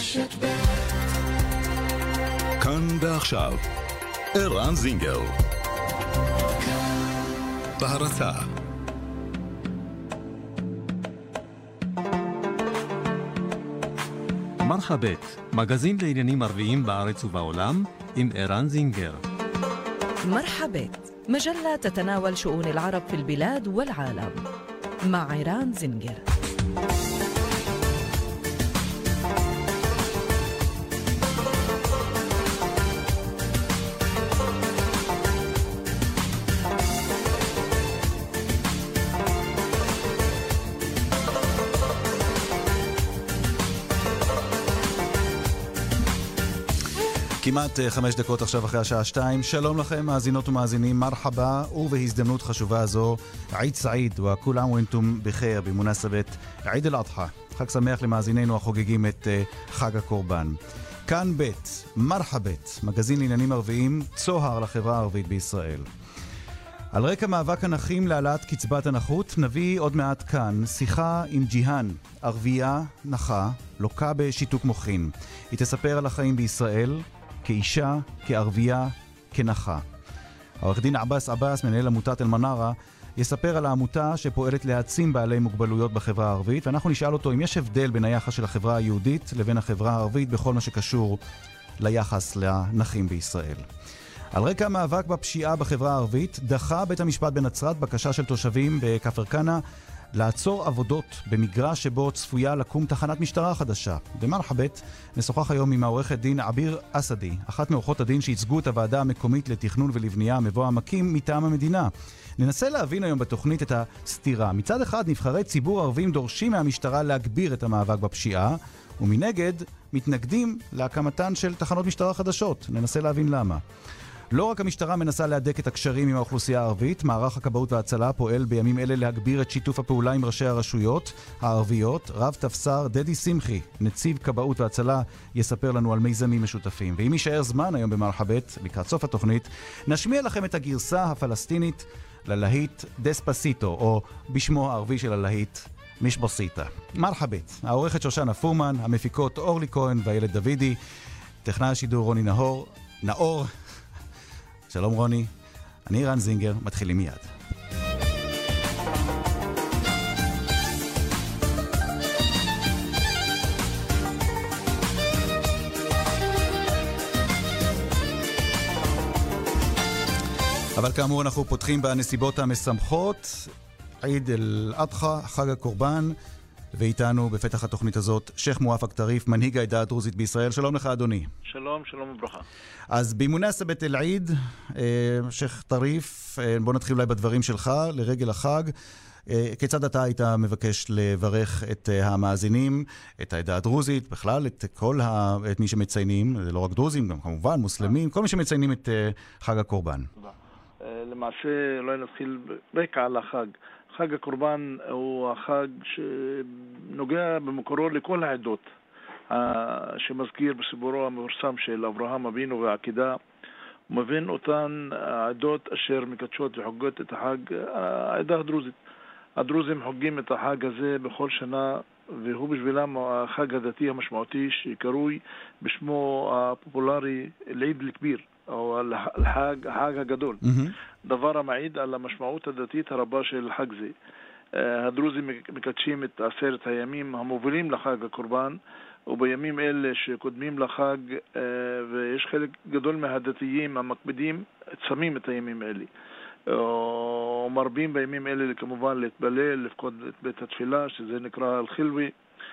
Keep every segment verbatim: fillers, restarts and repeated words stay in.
כאן ועכשיו ערן זינגר בהרצה. מרחבת, מגזין לעניינים ערביים בארץ ובעולם עם ערן זינגר. مرحبت مجلة تتناول شؤون العرب في البلاد والعالم مع عران زنجر. כמעט חמש דקות עכשיו אחרי השעה שתיים. שלום לכם מאזינות ומאזינים, מרחבה, ובהזדמנות חשובה זו עיד סעיד וכול עאם ואנתום בחיר במונסבת עיד אל-אדחא. חג שמח למאזיננו החוגגים את חג הקורבן. כאן בית, מרחבת, מגזין לעניינים ערביים, צוהר לחברה הערבית בישראל. על רקע מאבק הנכים להעלאת קצבת הנכות, נביא עוד מעט כאן שיחה עם ג'יהאן, ערבייה נכה, לוקה בשיתוק מוחין. היא תספר על החיים בישראל, כאישה, כערבייה, כנכה. העורך דין עבאס עבאס, מנהל עמותת אל-מנארה, יספר על העמותה שפועלת להעצים בעלי מוגבלויות בחברה הערבית, ואנחנו נשאל אותו אם יש הבדל בין היחס של החברה היהודית לבין החברה הערבית בכל מה שקשור ליחס לנכים בישראל. על רקע המאבק בפשיעה בחברה הערבית, דחה בית המשפט בנצרת בקשה של תושבים בכפר כנא לעצור עבודות במגרש שבו צפויה לקום תחנת משטרה חדשה. במרחבת נשוחח היום עם העורכת דין עביר אסדי, אחת מעורכות הדין שייצגו את הוועדה המקומית לתכנון ולבנייה מבוא העמקים מטעם המדינה. ננסה להבין היום בתוכנית את הסתירה. מצד אחד נבחרי ציבור ערבים דורשים מהמשטרה להגביר את המאבק בפשיעה, ומנגד מתנגדים להקמתן של תחנות משטרה חדשות. ננסה להבין למה. לא רק המשטרה מנסה להדק את הקשרים עם האוכלוסייה הערבית, מערך הכבאות וההצלה פועל בימים אלה להגביר את שיתוף הפעולה עם ראשי הרשויות הערביות. רב תפסר דדי שמחי, נציב כבאות והצלה, יספר לנו על מיזמים משותפים. ואם יישאר זמן היום במרחבת, לקראת סוף התוכנית, נשמיע לכם את הגרסה הפלסטינית ללהיט דספסיטו, או בשמו הערבי של הלהיט משבסיטה. מרחבת, העורכת שושנה פורמן, המפיקות אורלי כהן והילד דוידי, טכנאי השידור רוני נאור, נאור. שלום רוני, אני ערן זינגר, מתחילים מיד. אבל כאמור אנחנו פותחים בנסיבות המשמחות, עיד אל-אדחא, חג הקורבן, ואיתנו בפתח התוכנית הזאת שייך מואפק טריף, מנהיג העדה הדרוזית בישראל. שלום לך אדוני. שלום, שלום וברכה. אז במונסבת אל-עיד, שייך טריף, בוא נתחיל אולי בדברים שלך לרגל החג. כיצד אתה היית מבקש לברך את המאזינים, את העדה הדרוזית, בכלל את כל ה... את מי שמציינים, זה לא רק דרוזים, גם כמובן מוסלמים, כל מי שמציינים את חג הקורבן. למעשה, אולי נתחיל רקע על החג. חג הקורבן הוא החג שנוגע במקורו לכל העדות, שמזכיר בסיפורו המפורסם של אברהם אבינו והעקידה, ומבין אותן העדות אשר מקדשות וחוגגות את החג, העדה הדרוזית. הדרוזים חוגגים את החג הזה בכל שנה, והוא בשבילם החג הדתי המשמעותי שקרוי בשמו הפופולרי לעיד אל-כביר, או החג, החג הגדול. Mm-hmm. דבר המעיד על המשמעות הדתית הרבה של חג זה. הדרוזים מקדשים את עשרת הימים המובילים לחג הקורבן, ובימים אלה שקודמים לחג, ויש חלק גדול מהדתיים המקפידים, צמים את הימים אלה. ומרבים בימים אלה כמובן להתבלל, לפקוד את בית התפילה, שזה נקרא אל-חילוי,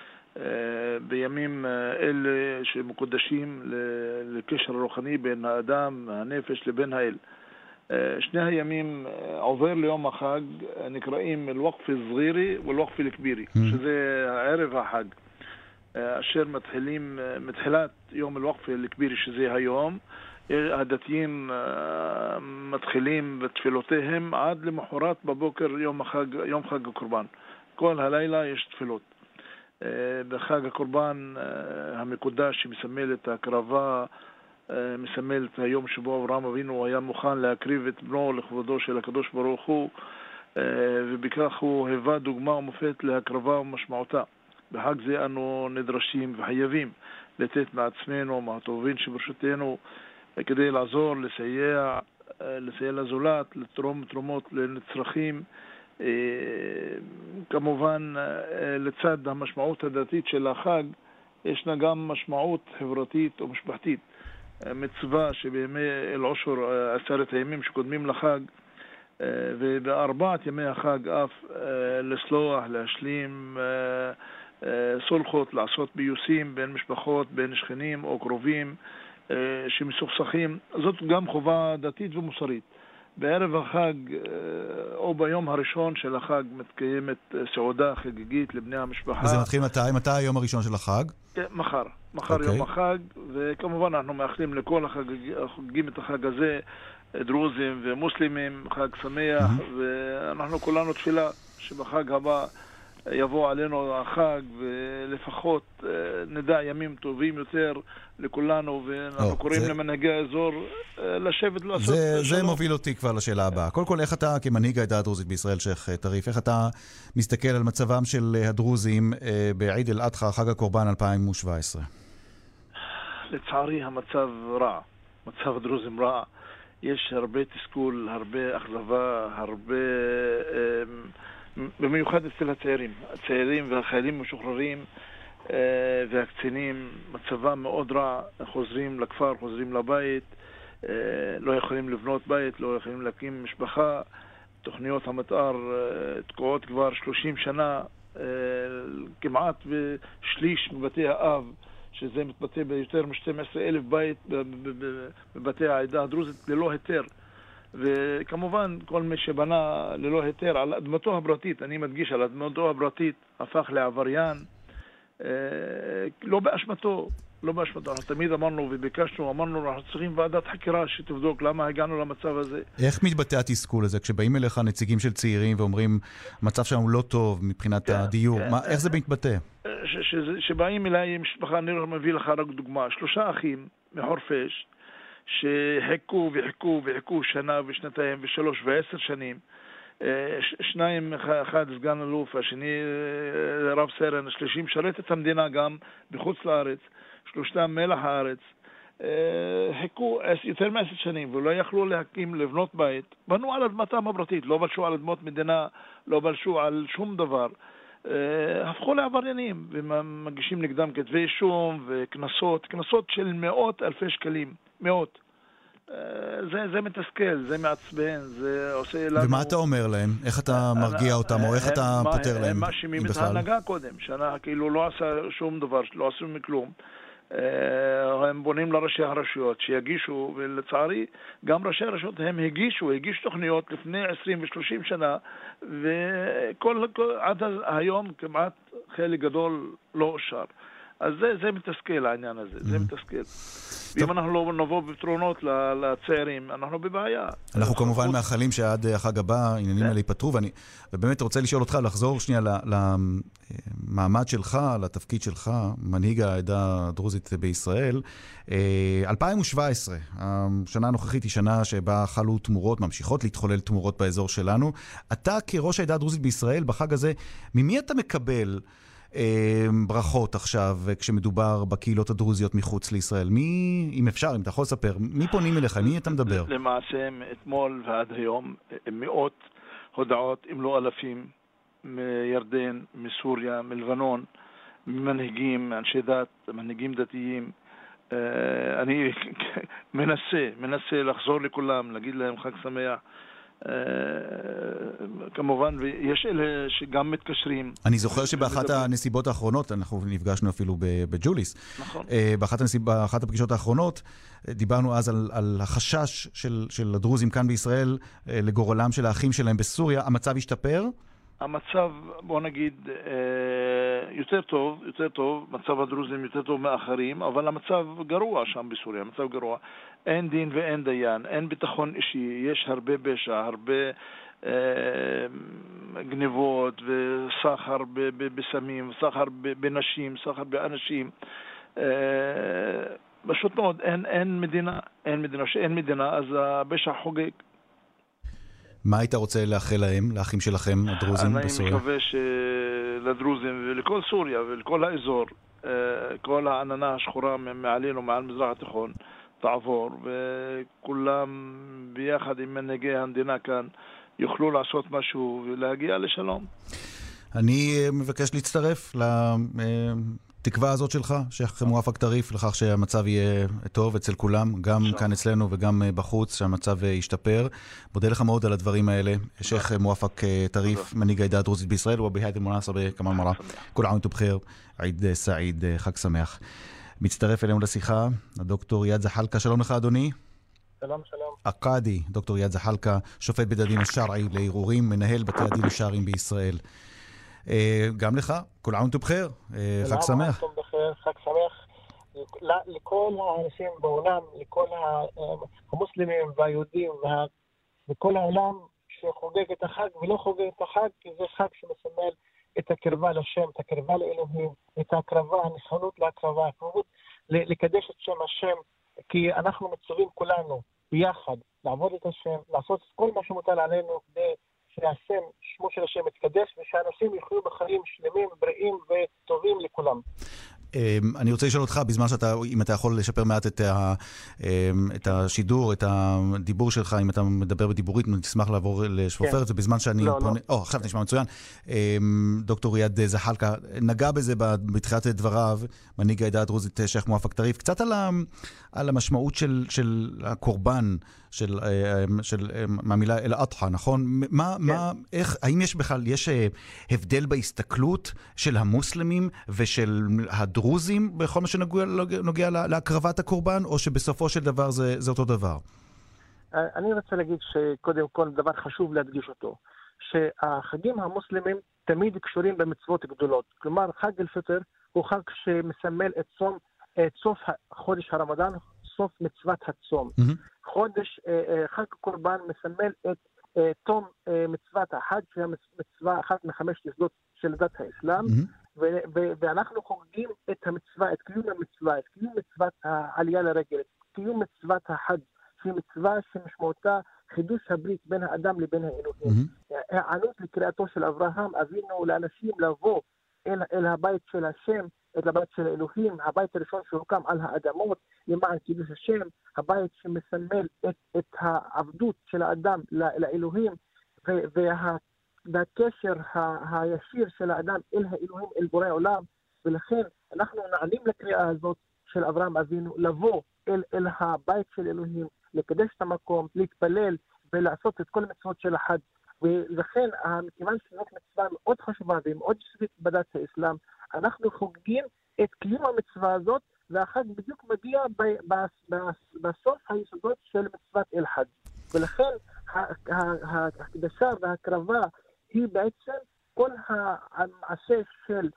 בימים אלה שמקודשים לקשר רוחני בין האדם, הנפש, לבין האל. שני הימים עובר ליום החג נקראים אל-ווקף אל-סגירי ואל-ווקף אל-כבירי, שזה ערב החג, אשר מתחילים, מתחילת יום אל-ווקף אל-כבירי, שזה היום, הדתיים מתחילים בתפילותיהם עד למחרת בבוקר יום החג, יום חג הקורבן. כל הלילה יש תפילות. בחג הקורבן המקודש שמסמל את ההקרבה, מסמל את היום שבו אברהם אבינו היה מוכן להקריב את בנו לכבודו של הקדוש ברוך הוא, ובכך הוא היווה דוגמה ומופת להקרבה ומשמעותה. בחג זה אנו נדרשים וחייבים לתת מעצמנו, מהטובים שברשותנו, כדי לעזור, לסייע, לסייע לזולת, לתרום תרומות לנצרכים, כמובן לצד המשמעות הדתית של החג, ישנה גם משמעות חברתית או משפחתית. מצווה שבימי אל-עושר, עשרת הימים שקודמים לחג, ובארבעת ימי החג אף לסלוח, להשלים סולחות, לעשות ביוסים בין משפחות, בין שכנים או קרובים שמסוכסכים. זאת גם חובה דתית ומוסרית. בערב החג או ביום הראשון של החג מתקיימת סעודה חגיגית לבני המשפחה. וזה מתחיל מתי? מתי היום הראשון של החג? מחר. מחר okay. יום החג, וכמובן אנחנו מאחלים לכל החגים את החג הזה, דרוזים ומוסלמים, חג שמח, mm-hmm. ואנחנו כולנו תפילה שבחג הבא יבוא עלינו החג, ולפחות נדע ימים טובים יותר לכולנו, ואנחנו oh, קוראים זה... למנהיגי האזור לשבת לעשות זה, שלום. זה מוביל אותי כבר לשאלה הבאה. קודם כל, איך אתה כמנהיג העדה הדרוזית בישראל, שייח טריף, איך אתה מסתכל על מצבם של הדרוזים בעיד אל-אדחא, חג הקורבן אלפיים שבע עשרה? לצערי המצב רע, מצב הדרוזים רע. יש הרבה תסכול, הרבה אכזבה, הרבה... במיוחד אצל הצעירים. הצעירים והחיילים משוחררים והקצינים, מצבם מאוד רע, חוזרים לכפר, חוזרים לבית, לא יכולים לבנות בית, לא יכולים להקים משפחה. תוכניות המתאר תקועות כבר שלושים שנה, כמעט בשליש מבתי האב, שזה מתבטא ביותר מ-שנים עשר אלף בית בבתי העדה הדרוזית ללא היתר. וכמובן כל מי שבנה ללא היתר על אדמתו הפרטית, אני מדגיש על אדמתו הפרטית, הפך לעבריין, לא באשמתו, לא באשמתו. אנחנו תמיד אמרנו וביקשנו, אמרנו, אנחנו צריכים ועדת חקירה שתבדוק למה הגענו למצב הזה. איך מתבטא התסכול הזה? כשבאים אליך נציגים של צעירים ואומרים, המצב שלנו לא טוב מבחינת הדיור, איך זה מתבטא? שבאים אליי משפחה, אני מביא לך רק דוגמה, שלושה אחים מחורפיש, שחיכו וחיכו וחיכו שנה ושנתיים ושלוש ועשר שנים, שניים, אחד סגן אלוף, השני רב סרן, השלישי משרת את המדינה גם בחוץ לארץ, שלושתם מלח הארץ, חיכו יותר מעשר שנים ולא יכלו להקים, לבנות בית, בנו על אדמתם הפרטית, לא בלשו על אדמות מדינה, לא בלשו על שום דבר, הפכו לעבריינים ומגישים נגדם כתבי אישום וכנסות, כנסות של מאות אלפי שקלים, מאות. זה, זה מתסכל, זה מעצבן, זה עושה לנו... ומה אתה אומר להם? איך אתה מרגיע אותם, או איך אתה פותר להם? הם מאשימים את ההנהגה קודם, שנה כאילו לא עשה שום דבר, לא עשו מכלום. הם בונים לראשי הרשויות שיגישו, ולצערי גם ראשי הרשויות הם הגישו, הגישו תוכניות לפני עשרים ושלושים שנה, וכל עד היום כמעט חלק גדול לא אושר. אז זה, זה מתסכל העניין הזה, זה מתסכל. ואם אנחנו לא נבוא בפתרונות לצעירים, אנחנו בבעיה. אנחנו כמובן מאחלים שעד החג הבא העניינים האלה ייפתרו, ואני באמת רוצה לשאול אותך, לחזור שנייה למעמד שלך, לתפקיד שלך, מנהיג העדה הדרוזית בישראל. אלפיים שבע עשרה, השנה הנוכחית היא שנה שבה חלו תמורות, ממשיכות להתחולל תמורות באזור שלנו. אתה כראש העדה הדרוזית בישראל, בחג הזה, ממי אתה מקבל ברכות עכשיו כשמדובר בקהילות הדרוזיות מחוץ לישראל? מי, אם אפשר, אם אתה יכול לספר, מי פונים אליך? מי אתה מדבר? למעשה, אתמול ועד היום, מאות הודעות, אם לא אלפים, מירדן, מסוריה, מלבנון, ממנהיגים, אנשי דת, מנהיגים דתיים. אני מנסה, מנסה לחזור לכולם, להגיד להם חג שמח. כמובן, ויש אלה שגם מתקשרים. אני זוכר שבאחת הנסיבות האחרונות, אנחנו נפגשנו אפילו בג'וליס, נכון. באחת הפגישות האחרונות, דיברנו אז על, על החשש של, של הדרוזים כאן בישראל לגורלם של האחים שלהם בסוריה. המצב השתפר? המצב, בוא נגיד, יותר טוב, יותר טוב, מצב הדרוזים יותר טוב מאחרים, אבל המצב גרוע שם בסוריה, המצב גרוע. אין דין ואין דיין, אין ביטחון אישי, יש הרבה פשע, הרבה אה, גניבות וסחר בסמים, סחר בנשים, סחר באנשים. אה, פשוט מאוד, אין, אין מדינה, אין מדינה, שאין מדינה, אז הפשע חוגג. מה היית רוצה לאחל להם, לאחים שלכם, הדרוזים בסוריה? אני מקווה לדרוזים ולכל סוריה ולכל האזור, כל העננה השחורה מעלינו, מעל מזרח התיכון, תעבור, וכולם ביחד עם מנהיגי המדינה כאן יוכלו לעשות משהו ולהגיע לשלום. אני מבקש להצטרף לתקווה הזאת שלך, שייח מואפק טריף, לכך שהמצב יהיה טוב אצל כולם, גם כאן אצלנו וגם בחוץ, שהמצב ישתפר. מודה לך מאוד על הדברים האלה. שייח מואפק טריף, מנהיג העדה הדרוזית בישראל, ובהיית المناسبة כמובן מרה. כל עام ואנתום בחיר, עיד סעיד, חג שמח. מצטרף אלינו לשיחה, הדוקטור איאד זחאלקה. שלום לך אדוני. שלום, שלום. הקאדי, דוקטור איאד זחאלקה, שופט בית הדין השרעי לערעורים, מנהל בתי הדין השרעיים בישראל. גם לך, כל עام ואנתום בחיר, חג שמח. כל עام ואנתום בחיר, חג שמח לכל האנשים בעולם, לכל המוסלמים והיהודים וכל העולם שחוגג את החג ולא חוגג את החג, כי זה חג שמסמל את הקרבה לשם, את הקרבה לאלוהים, את ההקרבה, הנכונות להקרבה, הקרבות לקדש את שם השם, כי אנחנו מצווים כולנו ביחד לעבוד את השם, לעשות כל מה שמוטל עלינו כדי שהשם, שמו של השם יתקדש, ושאנשים יחיו בחיים שלמים, בריאים וטובים לכולם. אני רוצה לשאול אותך, בזמן שאתה, אם אתה יכול לשפר מעט את, ה, את השידור, את הדיבור שלך, אם אתה מדבר בדיבורית, נשמח לעבור לשפופר את זה, בזמן שאני לא, פונה... לא. או, עכשיו נשמע מצוין. דוקטור איאד זחאלקה, נגע בזה בתחילת דבריו, מנהיג העדה הדרוזית שייח מואפק טריף, קצת על, ה, על המשמעות של, של הקורבן, של, של מהמילה אל-אדחא, נכון? מה, כן. מה, איך, האם יש בכלל, יש הבדל בהסתכלות של המוסלמים ושל הדרוזים בכל מה שנוגע להקרבת הקורבן, או שבסופו של דבר זה, זה אותו דבר? אני רוצה להגיד שקודם כל דבר חשוב להדגיש אותו, שהחגים המוסלמים תמיד קשורים במצוות גדולות. כלומר, חג אל-פיטר הוא חג שמסמל את צום, את סוף חודש הרמדאן, סוף מצוות הצום. Mm-hmm. חודש, חג קורבן מסמל את תום מצוות החג, שהיא מצווה אחת מחמש יסודות של דת האסלאם, mm-hmm. ו- ו- ואנחנו חוגגים את המצווה, את קיום המצווה, את קיום מצוות העלייה לרגל, את קיום מצוות החג, שהיא מצווה שמשמעותה חידוש הברית בין האדם לבין האלוהים. הענות לקריאתו של אברהם, אבינו לאנשים לבוא אל, אל הבית של השם, את הבית של האלוהים, הבית הראשון שהוקם על האדמות, למען קידוש השם, הבית שמסמל את, את העבדות של האדם לאלוהים, וה, והקשר ה, הישיר של האדם אל האלוהים, אל בורא עולם, ולכן אנחנו נענים לקריאה הזאת של אברהם אבינו, לבוא אל, אל הבית של אלוהים, לקדש את המקום, להתפלל ולעשות את כל המצוות של החג. ולכן, מכיוון שזאת מצווה מאוד חשובה ומאוד יסודית בדת האסלאם, אנחנו חוגגים את קיום המצווה הזאת, והחג בדיוק מגיע ב- ב- ב- בסוף היסודות של מצוות אל-חג'. ולכן הקדשה וההקרבה היא בעצם כל המעשה של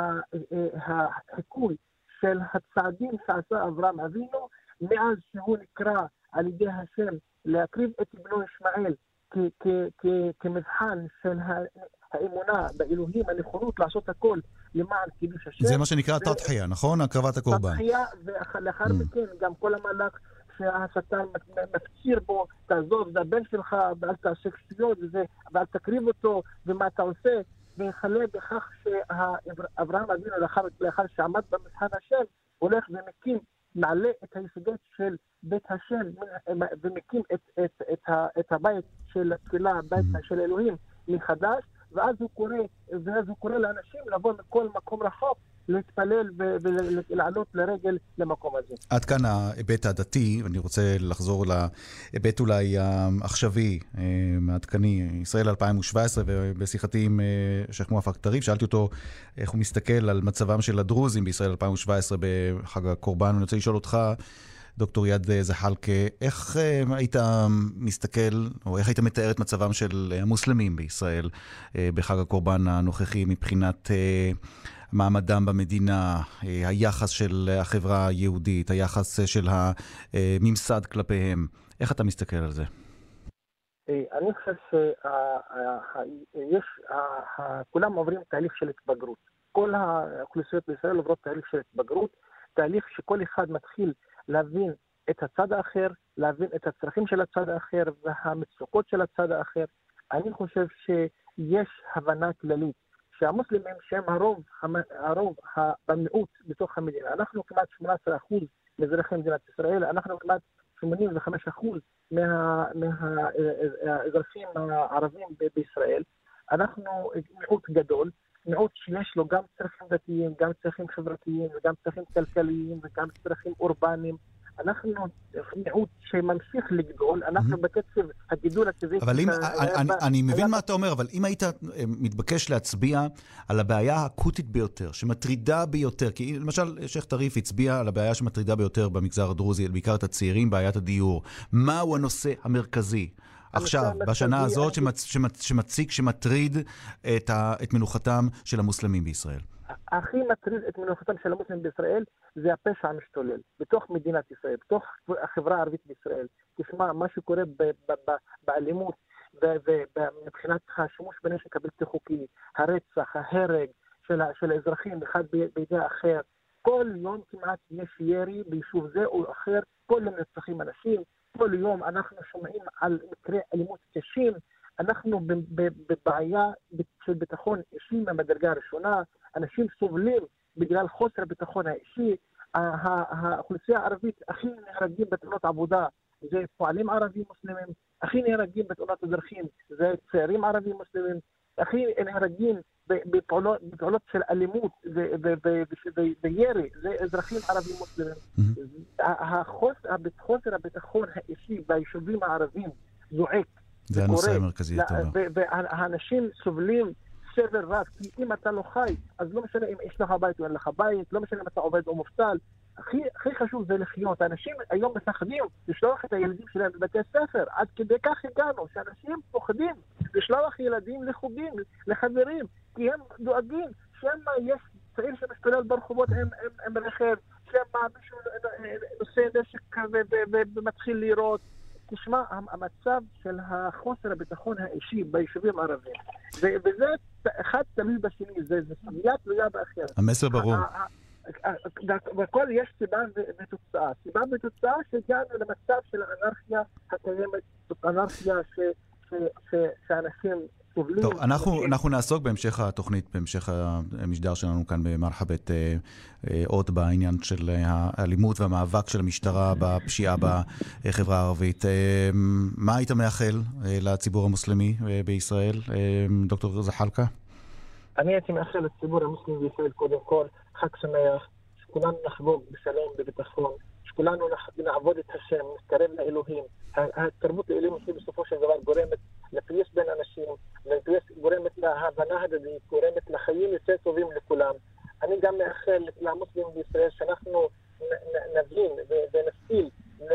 החיקוי של הצעדים שעשה אברהם אבינו, מאז שהוא נקרא על ידי השם להקריב את בנו ישמעאל כ- כ- כ- כמבחן של האמונה באלוהים, הנכונות לעשות הכל למען קידוש השם. זה מה שנקרא תדחיה, נכון? הקרבת הקורבן. תדחיה, ולאחר מכן גם כל המהלך שהשטן מפציר בו, תעזוב, זה הבן שלך, ואל תעשה שטויות, ואל תקריב אותו, ומה אתה עושה, ויחלה בכך שאברהם אבינו לאחר שעמד במבחן השם, הולך ומקים, מעלה את היסודות של בית השם, ומקים את, את, את, את הבית של התפילה, הבית של אלוהים מחדש, ואז הוא קורא, ואז הוא קורא לאנשים לבוא מכל מקום רחוק, להתפלל ולעלות לרגל למקום הזה. עד כאן ההיבט הדתי, ואני רוצה לחזור להיבט אולי העכשווי, מעדכני, ישראל אלפיים שבע עשרה, ובשיחתי עם שייח מואפק טריף, שאלתי אותו איך הוא מסתכל על מצבם של הדרוזים בישראל אלפיים שבע עשרה בחג הקורבן, ואני רוצה לשאול אותך, דוקטור איאד זחאלקה, איך היית מסתכל, או איך היית מתאר את מצבם של המוסלמים בישראל בחג הקורבן הנוכחי מבחינת מעמדם במדינה, היחס של החברה היהודית, היחס של הממסד כלפיהם? איך אתה מסתכל על זה? אני חושב שיש, כולם עוברים תהליך של התבגרות. כל האוכלוסיות בישראל עוברות תהליך של התבגרות, תהליך שכל אחד מתחיל להבין את הצד האחר, להבין את הצרכים של הצד האחר והמצוקות של הצד האחר. אני חושב שיש הבנה כללית שהמוסלמים שהם הרוב, הרוב במיעוט בתוך המדינה. אנחנו כמעט שמונה עשרה אחוז מאזרחי מדינת ישראל, אנחנו כמעט שמונים וחמישה אחוז מהאזרחים הערבים בישראל. אנחנו מיעוט גדול, מיעוט שיש לו גם צרכים דתיים, גם צרכים חברתיים, וגם צרכים כלכליים, וגם צרכים אורבניים. אנחנו מיעוט שממשיך לגדול, אנחנו בקצב הגידול הטבעי. אבל אם, אני מבין מה אתה אומר, אבל אם היית מתבקש להצביע על הבעיה האקוטית ביותר, שמטרידה ביותר, כי למשל שייך טריף הצביע על הבעיה שמטרידה ביותר במגזר הדרוזי, בעיקר את הצעירים, בעיית הדיור. מהו הנושא המרכזי עכשיו, בשנה הזאת, שמציג, שמטריד את מנוחתם של המוסלמים בישראל? הכי מטריד את מנוחתם של המוסלמים בישראל זה הפשע המשתולל בתוך מדינת ישראל, בתוך החברה הערבית בישראל. תשמע, מה שקורה באלימות ומבחינת השימוש בנשק הבלתי חוקי, הרצח, ההרג של האזרחים אחד בידי האחר, כל יום כמעט יש ירי ביישוב זה או אחר, כל יום נרצחים אנשים, כל יום אנחנו שומעים על מקרי אלימות קשים, אנחנו בבעיה של ביטחון אישי מהמדרגה הראשונה, אנשים סובלים בגלל חוסר הביטחון האישי. האוכלוסייה הערבית הכי נהרגים בתאונות עבודה זה פועלים ערבים מוסלמים, הכי נהרגים בתאונות הדרכים זה צעירים ערבים מוסלמים, הכי נהרגים בפעולות, בפעולות של אלימות וירי זה אזרחים ערבים מוסלמים. חוסר הביטחון האישי ביישובים הערבים זועק. זה הנושא המרכזי. והאנשים סובלים סבל רב, כי אם אתה לא חי, אז לא משנה אם יש לך בית או אין לך בית, לא משנה אם אתה עובד או מובטל, הכי, הכי חשוב זה לחיות. האנשים היום מפחדים לשלוח את הילדים שלהם בבתי ספר, עד כדי כך הגענו, שאנשים פוחדים לשלוח ילדים לחוגים, לחברים, כי הם דואגים שמה יש צעיר שמשתולל ברחובות עם, עם, עם רכב, שמה מישהו נושא נשק ומתחיל לירות. תשמע, המצב של החוסר הביטחון האישי ביישובים הערביים, וזה אחד תמיד בשני, זה סוגיה תלויה באחר. המסר ברור. וכל יש סיבה ותוצאה. סיבה ותוצאה שהגענו למצב של האנרכיה הקיימת, זאת אנרכיה שאנשים סובלים. טוב, אנחנו, אנחנו נעסוק בהמשך התוכנית, בהמשך המשדר שלנו כאן במרחבת עוד בעניין של האלימות והמאבק של המשטרה בפשיעה בחברה הערבית. מה היית מאחל לציבור המוסלמי בישראל, דוקטור זחאלקה? אני הייתי מאחל לציבור המוסלמי בישראל קודם כל חג שמח, שכולנו נחגוג בשלום, בביטחון, שכולנו נעבוד את השם, נתקרב לאלוהים. התרבות לאלוהים היא בסופו של דבר גורמת לפיוס בין אנשים, גורמת להבנה הדדית, גורמת לחיים יותר טובים לכולם. אני גם מאחל למוסלמים בישראל שאנחנו נבין ונשכיל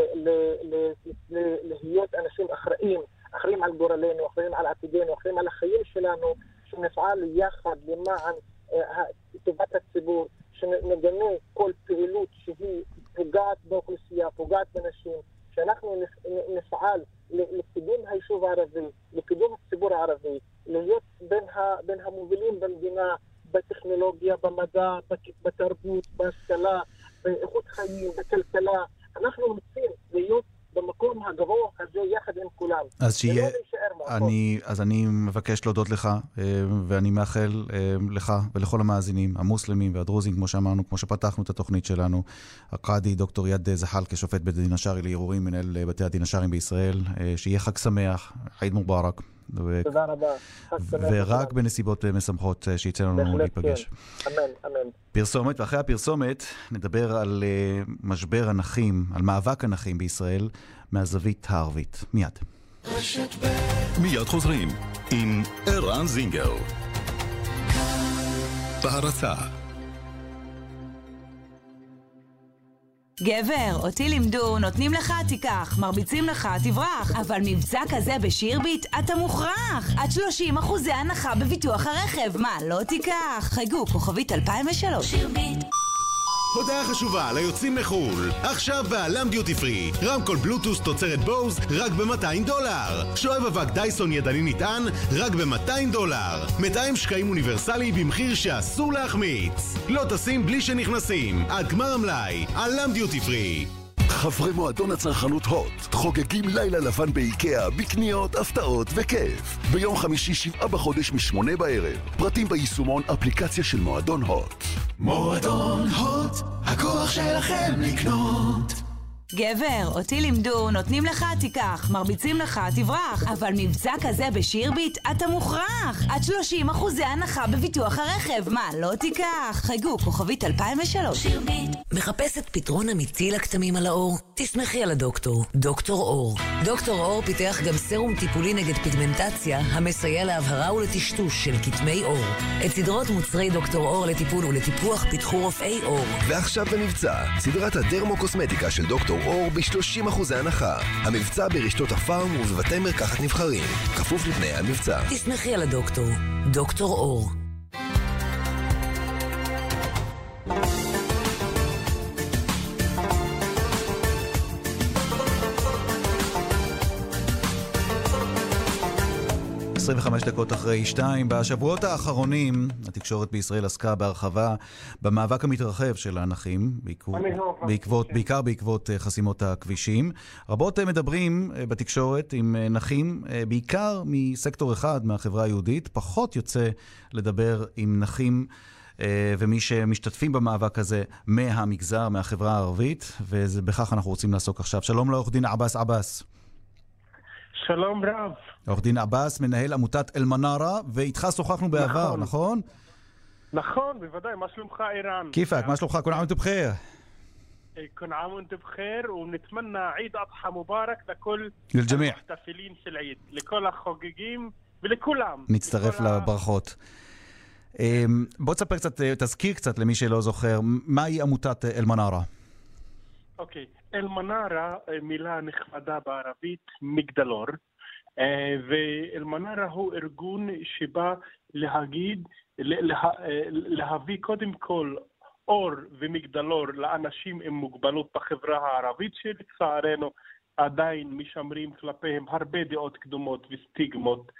להיות אנשים אחראים, אחראים על גורלנו, אחראים על עתידנו, אחראים על החיים שלנו, שנפעל יחד למען טובת הציבור, שנגנה כל פעילות שהיא פוגעת באוכלוסייה, פוגעת בנשים, שאנחנו נפעל לקידום היישוב הערבי, לקידום הציבור הערבי, להיות בין, ה, בין המובילים במדינה, בטכנולוגיה, במדע, בתרבות, בהשכלה, באיכות חיים, בכלכלה. אנחנו רוצים להיות במקום הגבוה הזה יחד עם כולם. אז שיהיה, אני, אז אני מבקש להודות לך, ואני מאחל לך ולכל המאזינים, המוסלמים והדרוזים, כמו שאמרנו, כמו שפתחנו את התוכנית שלנו, הקאדי דוקטור יד זחאלקה, שופט בית הדין השרעי לערעורים, מנהל בתי הדין השרעיים בישראל, שיהיה חג שמח, עיד מובארק. תודה רבה. ורק בנסיבות משמחות שיצא לנו להיפגש. אמן, אמן. פרסומת, ואחרי הפרסומת נדבר על משבר הנכים, על מאבק הנכים בישראל, מהזווית הערבית. מיד. מיד חוזרים עם ערן זינגר. בהרצה. גבר, אותי לימדו, נותנים לך תיקח, מרביצים לך תברח, אבל מבצע כזה בשירביט אתה מוכרח. עד שלושים אחוזי הנחה בביטוח הרכב, מה לא תיקח? חייגו כוכבית אלפיים ושלוש. שירביט. הודעה חשובה ליוצאים לחול. עכשיו בעלם דיוטי פרי. רמקול בלוטוס תוצרת בוז רק ב-מאתיים דולר. שואב אבק דייסון ידני נטען רק ב-מאתיים דולר. מאתיים שקעים אוניברסלי במחיר שאסור להחמיץ. לא טסים בלי שנכנסים. עד גמר המלאי. עלם דיוטי פרי. חברי מועדון הצרכנות הוט חוגגים לילה לבן באיקאה בקניות, הפתעות וכיף. ביום חמישי שבעה בחודש משמונה בערב. פרטים ביישומון אפליקציה של מועדון הוט. מועדון הוט, הכוח שלכם לקנות. גבר, אותי לימדו, נותנים לך תיקח, מרביצים לך תברח, אבל מבצע כזה בשירביט אתה מוכרח. עד שלושים אחוזי הנחה בביטוח הרכב, מה לא תיקח? חייגו כוכבית אלפיים ושלוש. שירביט. מחפשת פתרון אמיתי לכתמים על האור? תסמכי על הדוקטור, דוקטור אור. דוקטור אור פיתח גם סרום טיפולי נגד פיגמנטציה המסייע להבהרה ולטשטוש של כתמי אור. את סדרות מוצרי דוקטור אור לטיפול ולטיפוח פיתחו רופאי אור. ועכשיו במבצע, סדרת הדרמוקוסמטיקה של דוקטור אור ב-שלושים אחוזי הנחה. המבצע ברשתות הפארם ובבתי מרקחת נבחרים. כפוף לתנאי המבצע. תסמכי על הדוקטור, דוקטור אור. עשרים וחמש דקות אחרי שתיים. בשבועות האחרונים התקשורת בישראל עסקה בהרחבה במאבק המתרחב של הנכים, בעקבות, בעיקר בעקבות חסימות הכבישים. רבות מדברים בתקשורת עם נכים, בעיקר מסקטור אחד מהחברה היהודית. פחות יוצא לדבר עם נכים ומי שמשתתפים במאבק הזה מהמגזר, מהחברה הערבית, ובכך אנחנו רוצים לעסוק עכשיו. שלום לעורך דין עבאס עבאס. שלום רב. עורך דין עבאס, מנהל עמותת אל-מנארה, ואיתך שוחחנו בעבר, נכון? נכון, בוודאי. מה שלומך איראן? כיפק, מה שלומך? כל עام وانت بخير. كل عام وانت بخير ونتمنى عيد أضحى مبارك لكل للجميع. المحتفلين של عيد, לכל החוגגים ולכולם. נצטרף לברכות. בוא תספר קצת, תזכיר קצת למי שלא זוכר, מהי עמותת אל-מנארה? אוקיי, אל-מנארה מילה נחמדה בערבית, מגדלור. ואל-מנארה הוא ארגון שבא להגיד, להביא קודם כל אור ומגדלור לאנשים עם מוגבלות בחברה הערבית, שלצערנו עדיין משמרים כלפיהם הרבה דעות קדומות וסטיגמות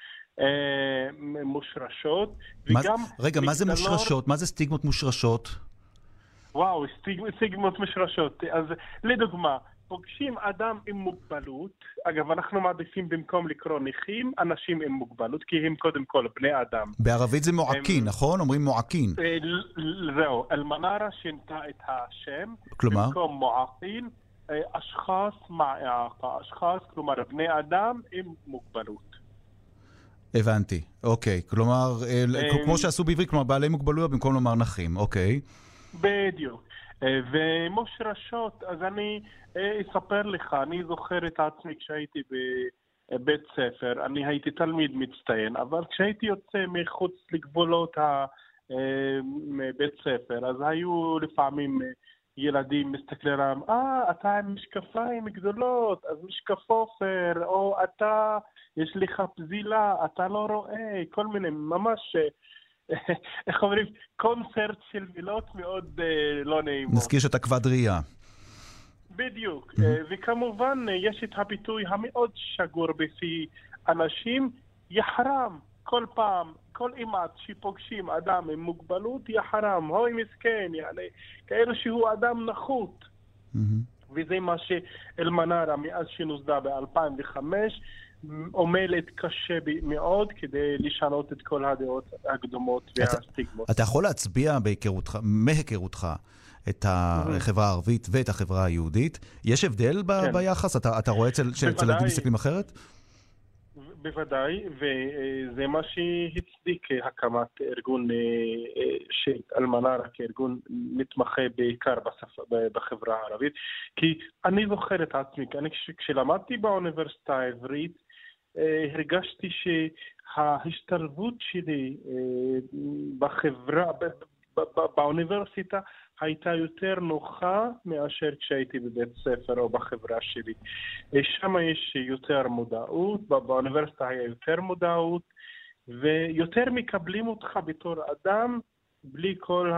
מושרשות. רגע, מה זה מושרשות? מה זה סטיגמות מושרשות? וואו, סטיגמות מושרשות. אז לדוגמה, פוגשים אדם עם מוגבלות, אגב, אנחנו מעדיפים במקום לקרוא נכים, אנשים עם מוגבלות, כי הם קודם כל בני אדם. בערבית זה מועקין, נכון? אומרים מועקין. זהו, אל-מנארה שינתה את השם. כלומר? במקום מועקין, אשחס מעעקה, אשחס, כלומר בני אדם עם מוגבלות. הבנתי, אוקיי. כלומר, כמו שעשו בעברית, כלומר בעלי מוגבלויות במקום לומר נכים, אוקיי. בדיוק. ומושרשות, אז אני אספר לך, אני זוכר את עצמי כשהייתי בבית ספר, אני הייתי תלמיד מצטיין, אבל כשהייתי יוצא מחוץ לגבולות בית ספר, אז היו לפעמים ילדים מסתכלים עליהם, אה, אתה עם משקפיים גדולות, אז משקפופר, או אתה, יש לך פזילה, אתה לא רואה, כל מיני, ממש... איך אומרים, קונצרט של מילות מאוד לא נעימות. נזכיר שאתה כבד ראייה. בדיוק, וכמובן יש את הביטוי המאוד שגור בפי אנשים, יחרם, כל פעם, כל אימת שפוגשים אדם עם מוגבלות, יחרם, הוי מסכן, כאילו שהוא אדם נחות. וזה מה שאל-מנארה מאז שנוסדה ב-אלפיים וחמש, עומלת קשה מאוד כדי לשנות את כל הדעות הקדומות והסטיגמות. אתה יכול להצביע בהיכרותך, מהיכרותך את החברה הערבית ואת החברה היהודית? יש הבדל ביחס? אתה רואה אצל ילדים מסתכלים אחרת? בוודאי, וזה מה שהצדיק הקמת ארגון של אל-מנארה כארגון מתמחה בעיקר בחברה הערבית, כי אני זוכר את עצמי, כשלמדתי באוניברסיטה העברית, הרגשתי שההשתלבות שלי בחברה, באוניברסיטה, הייתה יותר נוחה מאשר כשהייתי בבית ספר או בחברה שלי. שם יש יותר מודעות, באוניברסיטה היה יותר מודעות, ויותר מקבלים אותך בתור אדם, בלי כל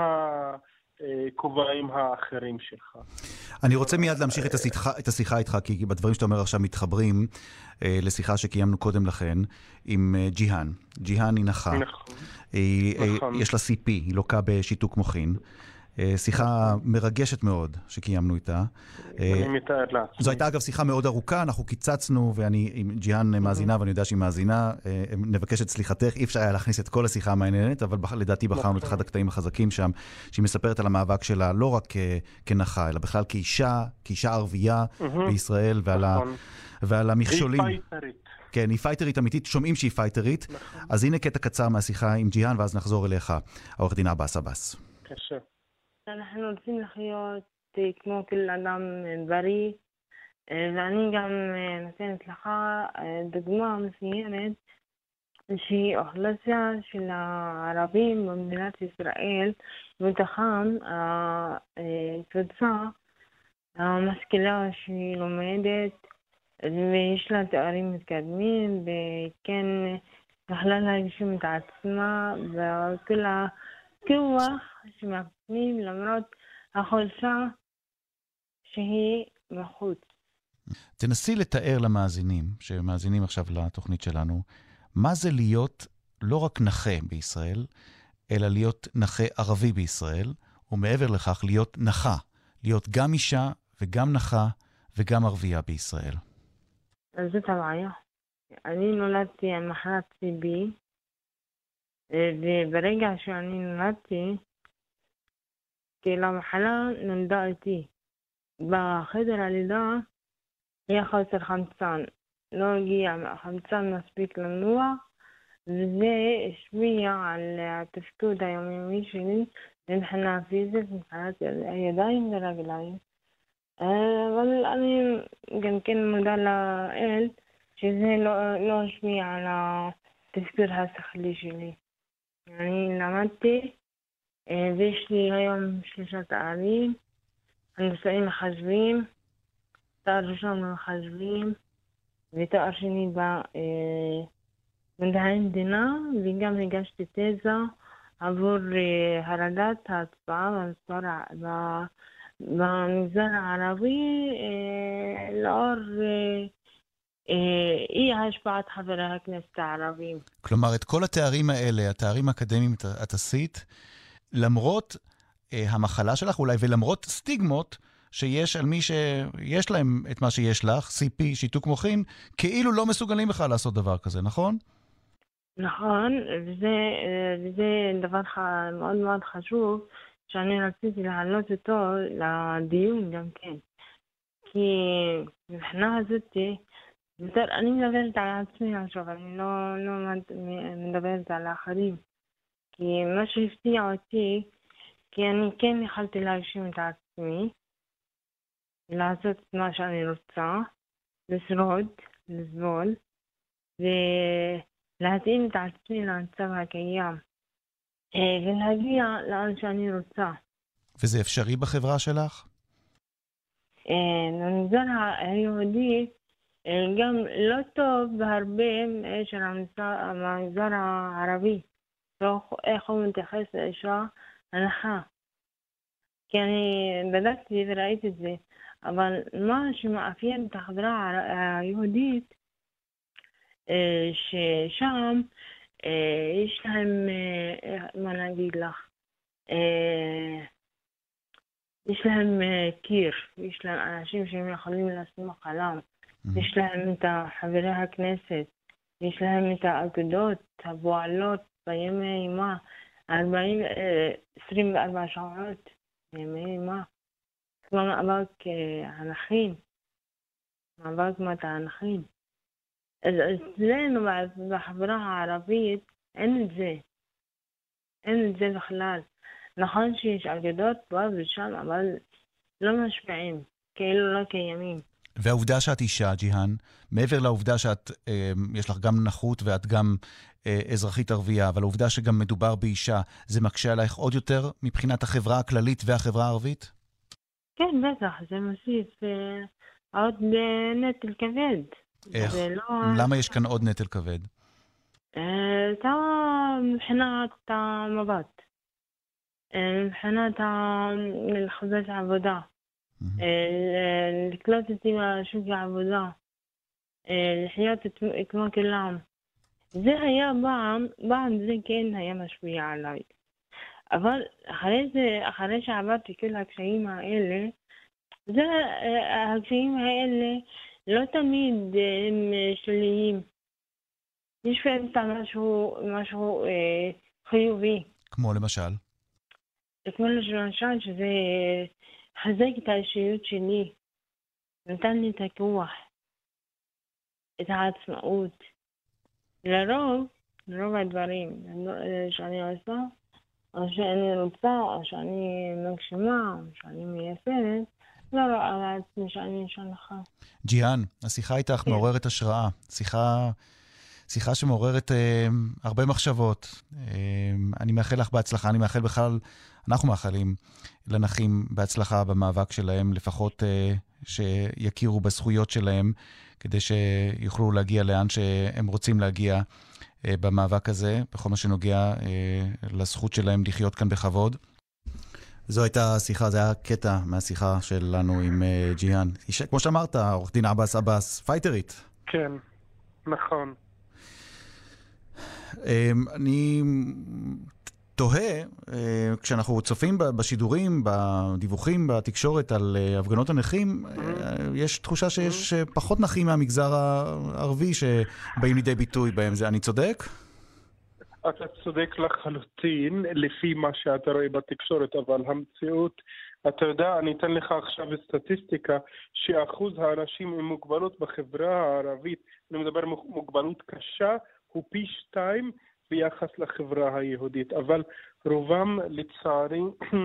הכובעים האחרים שלך. אני רוצה מיד להמשיך את השיחה, את השיחה איתך, כי בדברים שאתה אומר עכשיו מתחברים אה, לשיחה שקיימנו קודם לכן עם אה, ג'יהאן. ג'יהאן היא נחה. נכון. היא, נכון. אה, יש לה סי פי, היא לוקה בשיתוק מוחין. שיחה מרגשת מאוד שקיימנו איתה. אני מתאר לעצמי. זו הייתה אגב שיחה מאוד ארוכה, אנחנו קיצצנו, ואני עם ג'יהאן מאזינה, ואני יודע שהיא מאזינה, נבקש את סליחתך, אי אפשר היה להכניס את כל השיחה המעניינת, אבל לדעתי בחרנו את אחד הקטעים החזקים שם, שהיא מספרת על המאבק שלה, לא רק כנכה, אלא בכלל כאישה, כאישה ערבייה בישראל, ועל המכשולים. היא פייטרית. כן, היא פייטרית אמיתית, שומעים שהיא פייטרית. אז הנה קטע קצר מהשיחה עם ג'יהאן, ואז נחזור אליך, העורך דין עבאס עבאס. קשה. אנחנו רוצים לחיות כמו כל אדם בריא, ואני גם נותנת לך דוגמה מסוימת שהיא אוכלוסייה של הערבים במדינת ישראל, בתוכם הקבוצה המשכילה שהיא לומדת ויש לה תארים מתקדמים, וכן יכלה להגשים את עצמה וכל הכוח שמקנים למרות החולשה שהיא בחוץ. תנסי לתאר למאזינים, שמאזינים עכשיו לתוכנית שלנו, מה זה להיות לא רק נכה בישראל, אלא להיות נכה ערבי בישראל, ומעבר לכך להיות נכה, להיות גם אישה וגם נכה וגם ערבייה בישראל. אז זאת הבעיה. אני נולדתי עם מחלת סי בי, וברגע שאני נולדתי, כאילו המחלה נולדה איתי. בחדר הלידה היה חוסר חמצן. לא הגיע חמצן מספיק לנוע, וזה השפיע על התפקוד היומיומי שלי, מבחינה פיזית, מבחינת הידיים ורגליים. אבל אני גם כן מודע לאל שזה לא, לא השפיע על התפקוד השכלי שלי. אני למדתי, ויש לי היום שלושה תארים, הנדסאים מחשבים, תואר ראשון במחשבים, ותואר שני במדעי המדינה, וגם הגשתי תזה עבור הרדת ההצבעה במספר במגזר הערבי לאור אי השפעת חברי הכנסת הערבים. כלומר, את כל התארים האלה, התארים האקדמיים את עשית, למרות המחלה שלך אולי, ולמרות סטיגמות שיש על מי שיש להם את מה שיש לך, סי פי, שיתוק מוחין, כאילו לא מסוגלים בכלל לעשות דבר כזה, נכון? נכון, וזה, וזה דבר מאוד מאוד חשוב, שאני רציתי להעלות אותו לדיון גם כן. כי מבחינה הזאת, יותר, אני מדברת על עצמי עכשיו, אני לא, לא מדברת על האחרים. כי מה שהפתיע אותי, כי אני כן יכלתי להגשים את עצמי, לעשות את מה שאני רוצה, לשרוד, לסבול, ולהתאים את עצמי למצב הקיים, ולהגיע לאן שאני רוצה. וזה אפשרי בחברה שלך? במגזר היהודי גם לא טוב בהרבה של המגזר הערבי. איך הוא מתייחס לאישה הנחה. כי אני בדקתי וראיתי את זה. אבל מה שמאפיין את החברה היהודית, ששם יש להם, מה נגיד לך, יש להם קיר, יש להם אנשים שהם יכולים לסמוך עליהם, יש להם את חברי הכנסת, יש להם את האגודות הפועלות בימי אימה, עשרים וארבע שעות בימי אימה, כמו מאבק הנכים, מאבק מת הנכים. אז אצלנו בחברה הערבית אין את זה, אין את זה בכלל. נכון שיש אגדות פה ושם, אבל לא משפיעים, כאילו לא קיימים. והעובדה שאת אישה, ג'יהאן, מעבר לעובדה שאת, אה, יש לך גם נכות ואת גם אה, אזרחית ערבייה, אבל העובדה שגם מדובר באישה, זה מקשה עלייך עוד יותר מבחינת החברה הכללית והחברה הערבית? כן, בטח, זה מוסיף אה, עוד נטל כבד. איך? לא... למה יש כאן עוד נטל כבד? אתה מבחינת המבט, מבחינת לחזש עבודה, לקלוט אותי מהשוק העבודה, לחיות כמו כולם. זה היה פעם, פעם זה כן היה משפיע עליי. אבל אחרי זה, אחרי שעברתי כל הקשיים האלה, זה, הקשיים האלה לא תמיד הם שליליים. יש פעמים משהו, משהו אה, חיובי. כמו למשל? כמו למשל שזה חזק את האישיות שלי, נתן לי את הכוח, את העצמאות. לרוב, לרוב הדברים שאני עושה, או שאני רוצה, או שאני מגשימה, או שאני מייסרת, לא רואה על עצמי שאני שנחה. ג'יהאן, השיחה איתך מעוררת השראה. שיחה, שיחה שמעוררת אה, הרבה מחשבות. אה, אני מאחל לך בהצלחה, אני מאחל בכלל, אנחנו מאחלים לנכים בהצלחה במאבק שלהם, לפחות אה, שיכירו בזכויות שלהם, כדי שיוכלו להגיע לאן שהם רוצים להגיע אה, במאבק הזה, בכל מה שנוגע אה, לזכות שלהם לחיות כאן בכבוד. זו הייתה שיחה, זה היה קטע מהשיחה שלנו עם uh, ג'יהאן. כמו שאמרת, עורך דין עבאס עבאס, פייטרית. כן, נכון. Um, אני תוהה, uh, כשאנחנו צופים בשידורים, בדיווחים, בתקשורת על uh, הפגנות הנכים, mm-hmm. uh, יש תחושה שיש uh, פחות נכים מהמגזר הערבי שבאים לידי ביטוי בהם. זה אני צודק? אתה צודק לחלוטין, לפי מה שאתה רואה בתקשורת, אבל המציאות, אתה יודע, אני אתן לך עכשיו סטטיסטיקה, שאחוז האנשים עם מוגבלות בחברה הערבית, אני מדבר מוגבלות קשה, הוא פי שתיים ביחס לחברה היהודית, אבל רובם לצערי,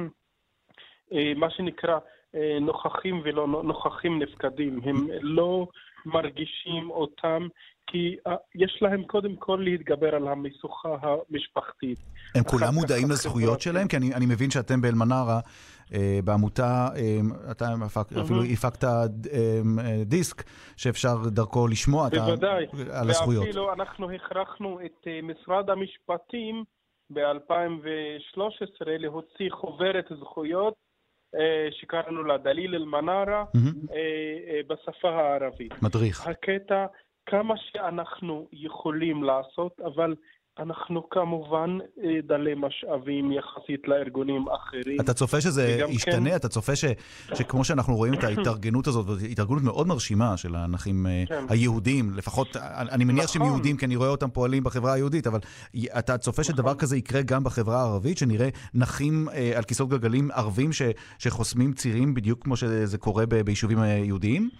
מה שנקרא נוכחים ולא נוכחים נפקדים, הם לא מרגישים אותם, כי יש להם קודם כל להתגבר על המסוכה המשפחתית. הם כולם מודעים לזכויות שלהם? כי אני, אני מבין שאתם באל-מנארה, אה, בעמותה, אה, אתה הפק, mm-hmm. אפילו הפקת אה, אה, דיסק שאפשר דרכו לשמוע בוודאי. את ה, על הזכויות. ואפילו אנחנו הכרחנו את אה, משרד המשפטים ב-אלפיים ושלוש עשרה להוציא חוברת זכויות, אה, שקראנו לה דליל אל-מנארה, mm-hmm. אה, אה, בשפה הערבית. מדריך. הקטע כמה שאנחנו יכולים לעשות, אבל אנחנו כמובן דלי משאבים יחסית לארגונים אחרים. אתה צופה שזה ישתנה? כן... אתה צופה ש... שכמו שאנחנו רואים את ההתארגנות הזאת, התארגנות מאוד מרשימה של האנשים כן. היהודים, לפחות, אני מניח נכון. שהם יהודים, כי אני רואה אותם פועלים בחברה היהודית, אבל אתה צופה נכון. שדבר כזה יקרה גם בחברה הערבית, שנראה נכים אה, על כיסאות גלגלים ערבים ש... שחוסמים צירים בדיוק כמו שזה קורה ב... ביישובים היהודיים?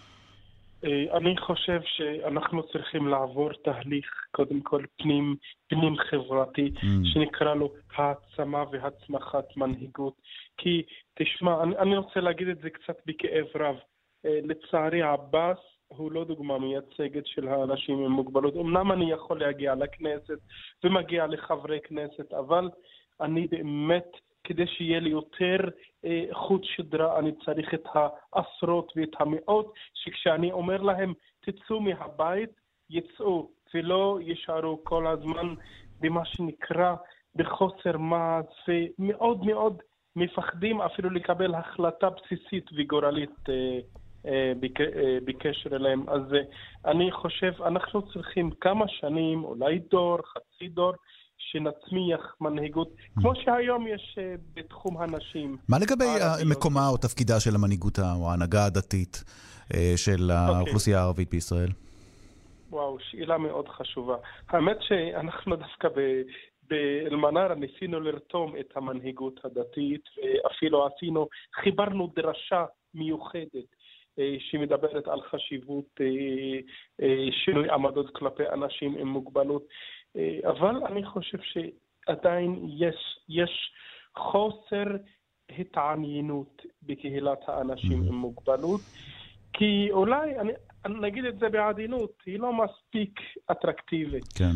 אני חושב שאנחנו צריכים לעבור תהליך, קודם כל פנים, פנים חברתי, mm. שנקרא לו העצמה והצמחת מנהיגות. כי, תשמע, אני, אני רוצה להגיד את זה קצת בכאב רב. לצערי, עבאס הוא לא דוגמה מייצגת של האנשים עם מוגבלות. אמנם אני יכול להגיע לכנסת ומגיע לחברי כנסת, אבל אני באמת... כדי שיהיה לי יותר אה, חוט שדרה, אני צריך את העשרות ואת המאות, שכשאני אומר להם, תצאו מהבית, יצאו, ולא יישארו כל הזמן במה שנקרא בחוסר מעש, ומאוד מאוד מפחדים אפילו לקבל החלטה בסיסית וגורלית אה, אה, בק, אה, בקשר אליהם. אז אה, אני חושב, אנחנו צריכים כמה שנים, אולי דור, חצי דור, שנצמיח מנהיגות, כמו שהיום יש בתחום הנשים. מה לגבי מקומה או תפקידה של המנהיגות או ההנהגה הדתית של האוכלוסייה הערבית בישראל? וואו, שאלה מאוד חשובה. האמת שאנחנו דווקא באל-מנארה ניסינו לרתום את המנהיגות הדתית, ואפילו עשינו, חיברנו דרשה מיוחדת שמדברת על חשיבות שינוי עמדות כלפי אנשים עם מוגבלות. אבל אני חושב שעדיין יש, יש חוסר התעניינות בקהילת האנשים עם מוגבלות, כי אולי, אני, אני נגיד את זה בעדינות, היא לא מספיק אטרקטיבית כן.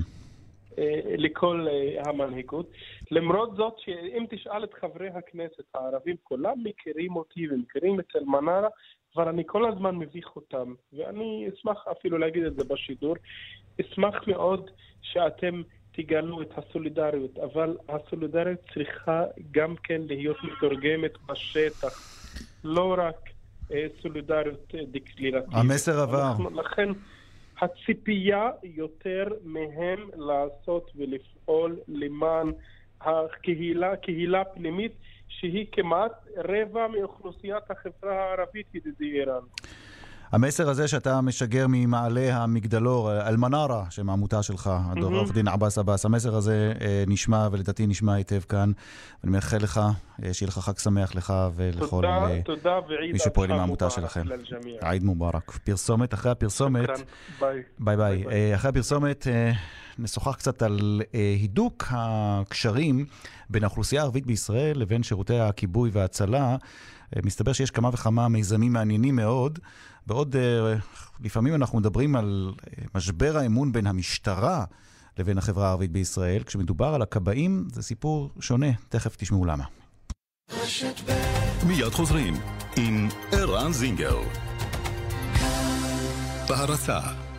לכל המנהיגות. למרות זאת, שאם תשאל את חברי הכנסת הערבים, כולם מכירים אותי ומכירים את אל-מנארה, אבל אני כל הזמן מביך אותם, ואני אשמח אפילו להגיד את זה בשידור, אשמח מאוד שאתם תגלו את הסולידריות, אבל הסולידריות צריכה גם כן להיות מתורגמת בשטח, לא רק אה, סולידריות דקלרטיבית. המסר עבר. לכן הציפייה יותר מהם לעשות ולפעול למען הקהילה, קהילה פנימית שהיא כמעט רבע מאוכלוסיית החברה הערבית, ידידי ערן. המסר הזה שאתה משגר ממעלה המגדלור, אלמנרה, שם העמותה שלך, עורך דין עבאס עבאס, המסר הזה נשמע ולדעתי נשמע היטב כאן, ואני מאחל לך, שיהיה לך חג שמח לך ולכל מי שפועל עם העמותה שלכם. עיד מובארק. פרסומת, אחרי הפרסומת, ביי ביי. אחרי הפרסומת נשוחח קצת על הידוק הקשרים בין האוכלוסייה הערבית בישראל לבין שירותי הכיבוי וההצלה. מסתבר שיש כמה וכמה מיזמים מעניינים מאוד, בעוד לפעמים אנחנו מדברים על משבר האמון בין המשטרה לבין החברה הערבית בישראל. כשמדובר על הכבאים זה סיפור שונה, תכף תשמעו למה. מיד חוזרים עם ערן זינגר. בהרצה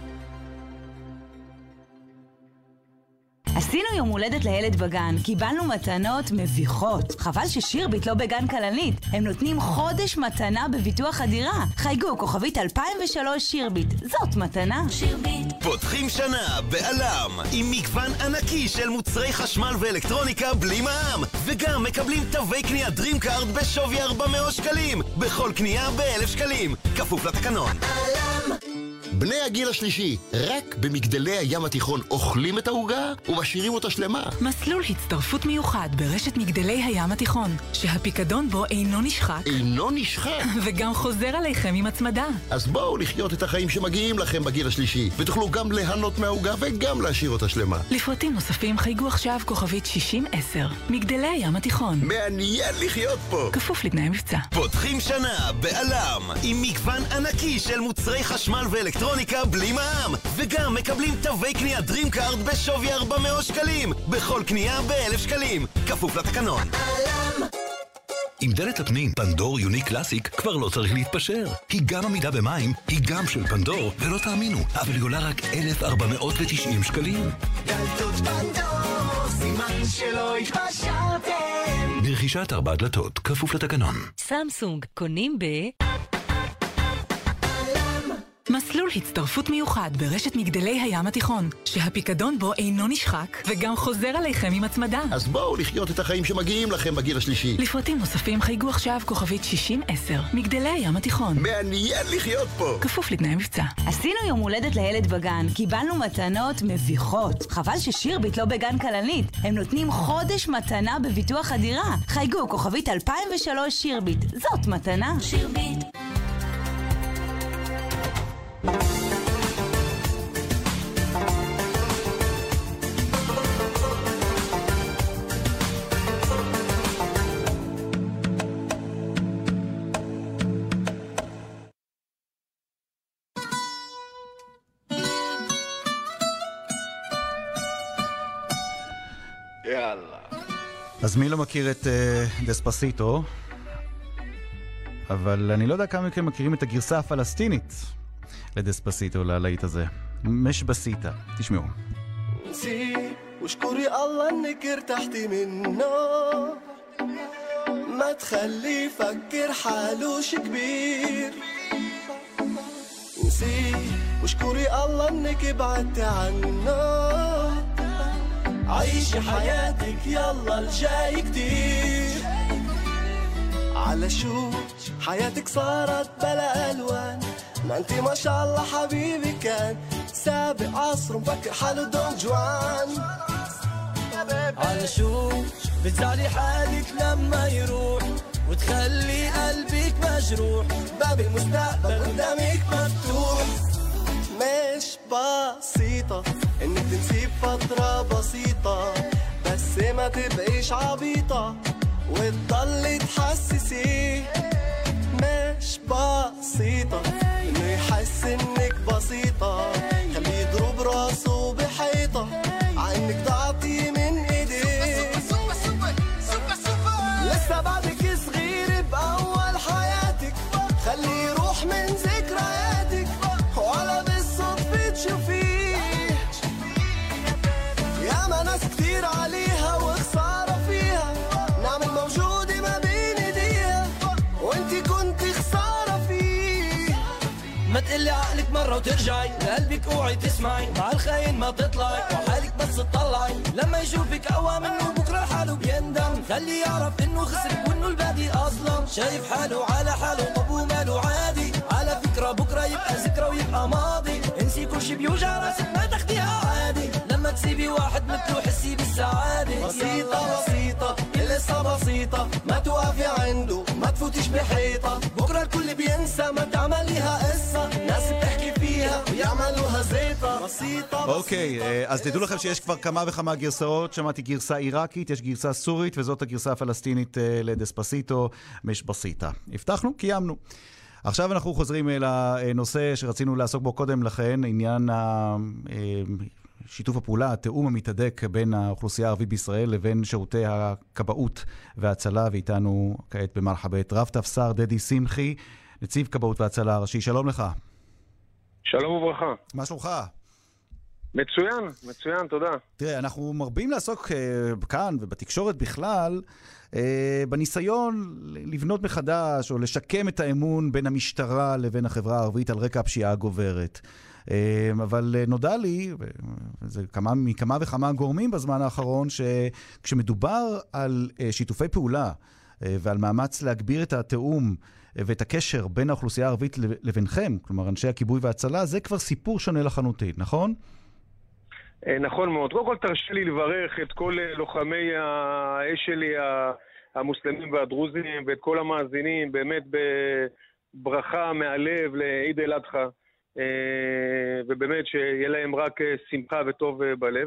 עשינו יום הולדת לילד בגן, קיבלנו מתנות מביכות. חבל ששירביט לא בגן כלנית. הם נותנים חודש מתנה בביטוח הדירה. חייגו כוכבית אלפיים ושלוש שירביט, זאת מתנה. שירביט. פותחים שנה בעלם עם מגוון ענקי של מוצרי חשמל ואלקטרוניקה בלי מע"מ, וגם מקבלים תווי קנייה דרים קארד בשווי ארבע מאות שקלים בכל קנייה ב-אלף שקלים, כפוף לתקנון. עלם. בני הגיל השלישי, רק במגדלי הים התיכון אוכלים את העוגה ומשאירים אותה שלמה. מסלול הצטרפות מיוחד ברשת מגדלי הים התיכון, שהפיקדון בו אינו נשחק. אינו נשחק? וגם חוזר עליכם עם הצמדה. אז בואו לחיות את החיים שמגיעים לכם בגיל השלישי, ותוכלו גם ליהנות מהעוגה וגם להשאיר אותה שלמה. לפרטים נוספים חייגו עכשיו כוכבית שישים עשר. מגדלי הים התיכון. מעניין לחיות פה. כפוף לתנאי מבצע. פותחים שנה בעלם עם מגוון ענקי של מוצרי חשמל ואלקטרוניקה אלקטרוניקה בלי מע"מ, וגם מקבלים תווי קנייה דרים קארד בשווי ארבע מאות שקלים בכל קנייה ב-אלף שקלים, כפוף לתקנון. עם דלת הפנים פנדור יוני קלאסיק כבר לא צריך להתפשר. היא גם עמידה במים, היא גם של פנדור, ולא תאמינו, אבל היא עולה רק אלף ארבע מאות ותשעים שקלים. דלתות פנדור, סימן שלא התפשרתם. ברכישת ארבע דלתות, כפוף לתקנון. סמסונג, קונים ב... מסלול הצטרפות מיוחד ברשת מגדלי הים התיכון, שהפיקדון בו אינו נשחק וגם חוזר עליכם עם הצמדה. אז בואו לחיות את החיים שמגיעים לכם בגיל השלישי. לפרטים נוספים חייגו עכשיו כוכבית שישים עשר. מגדלי הים התיכון. מעניין לחיות פה. כפוף לתנאי מבצע. עשינו יום הולדת לילד בגן, קיבלנו מתנות מביכות. חבל ששירביט לא בגן כלנית. הם נותנים חודש מתנה בביטוח הדירה. חייגו כוכבית אלפיים ושלוש שירביט, זאת מתנה. שירביט. יאללה. אז מי לא מכיר את uh, דספסיטו? אבל אני לא יודע כמה מכם מכירים את הגרסה הפלסטינית לדספסיטו, ללהיט הזה. משבסיטה, תשמעו. نسي واشكري الله انك ارتحتي منه ما تخلي فكر حالوش كبير نسي واشكري الله انك بعدت عنه عيشي حياتك يلا الجاي كتير على شو حياتك صارت بلا ألوان ما انتي ما شاء الله حبيبي كان سابق عصر مفكر حاله دون جوان على شو بتزعلي حالك لما يروح وتخلي قلبك مجروح باب المستقبل قدامك مفتوح مش بسيطة انك تنسي فترة بسيطة بس ما تبقيش عبيطة وتضلي تحسسيه مش بسيطة انه يحس انك بسيطة خليه يضرب راسه بحيطة عنك ضعتي من ايديه لسه بعدك صغير باول حياتك خليه يروح من ذكرياتك ولا بالصدفة تشوفيه ياما ناس كتير عليها وخسارة فيها نعمل موجودة ما بين ايديها مرة وترجعي لقلبك اوعي تسمعي مع الخاين ما تطلعي وحالك بس تطلعي لما يشوفك اقوى منه بكرة حاله بيندم خلي يعرف انه خسرك وانه البادي اصلا شايف حاله على حاله طب وماله عادي على فكرة بكرة يبقى ذكرى ويبقى ماضي انسي كل شي بيوجع راسك ما تاخديها عادي لما تسيبي واحد مثله حسي بالسعادة بسيطة بسيطة لسه بسيطة ما توقفي عنده ما تفوتيش بحيطة بكرة الكل بينسى ما تعمليها قصة ناس بتحكي فيها ويعملوها زيطة بسيطة אוקיי, אז תדעו לכם שיש כבר כמה וכמה גרסאות, שמעתי גרסה עיראקית, יש גרסה סורית וזאת הגרסה הפלסטינית לדספסיטו משבסיטה. הבטחנו, קיימנו. עכשיו אנחנו חוזרים אל הנושא שרצינו לעסוק בו קודם לכן, עניין שיתוף הפעולה, התאום המתהדק בין האוכלוסייה הערבית בישראל לבין שירותי הכבאות וההצלה, ואיתנו כעת במרחבת רב תפסר דדי שמחי, נציב כבאות והצלה הראשי. שלום לך. שלום וברכה. מה שלומך? מצוין, מצוין, תודה. תראה, אנחנו מרבים לעסוק uh, כאן ובתקשורת בכלל uh, בניסיון לבנות מחדש או לשקם את האמון בין המשטרה לבין החברה הערבית על רקע הפשיעה הגוברת. Uh, אבל uh, נודע לי, זה כמה, מכמה וכמה גורמים בזמן האחרון, שכשמדובר על uh, שיתופי פעולה uh, ועל מאמץ להגביר את התאום ואת הקשר בין האוכלוסייה הערבית לבינכם, כלומר אנשי הכיבוי וההצלה, זה כבר סיפור שונה לחלוטין, נכון? נכון מאוד. קודם כל תרשה לי לברך את כל לוחמי האש שלי המוסלמים והדרוזים ואת כל המאזינים, באמת בברכה מהלב לעיד אל אדחא, ובאמת שיהיה להם רק שמחה וטוב בלב.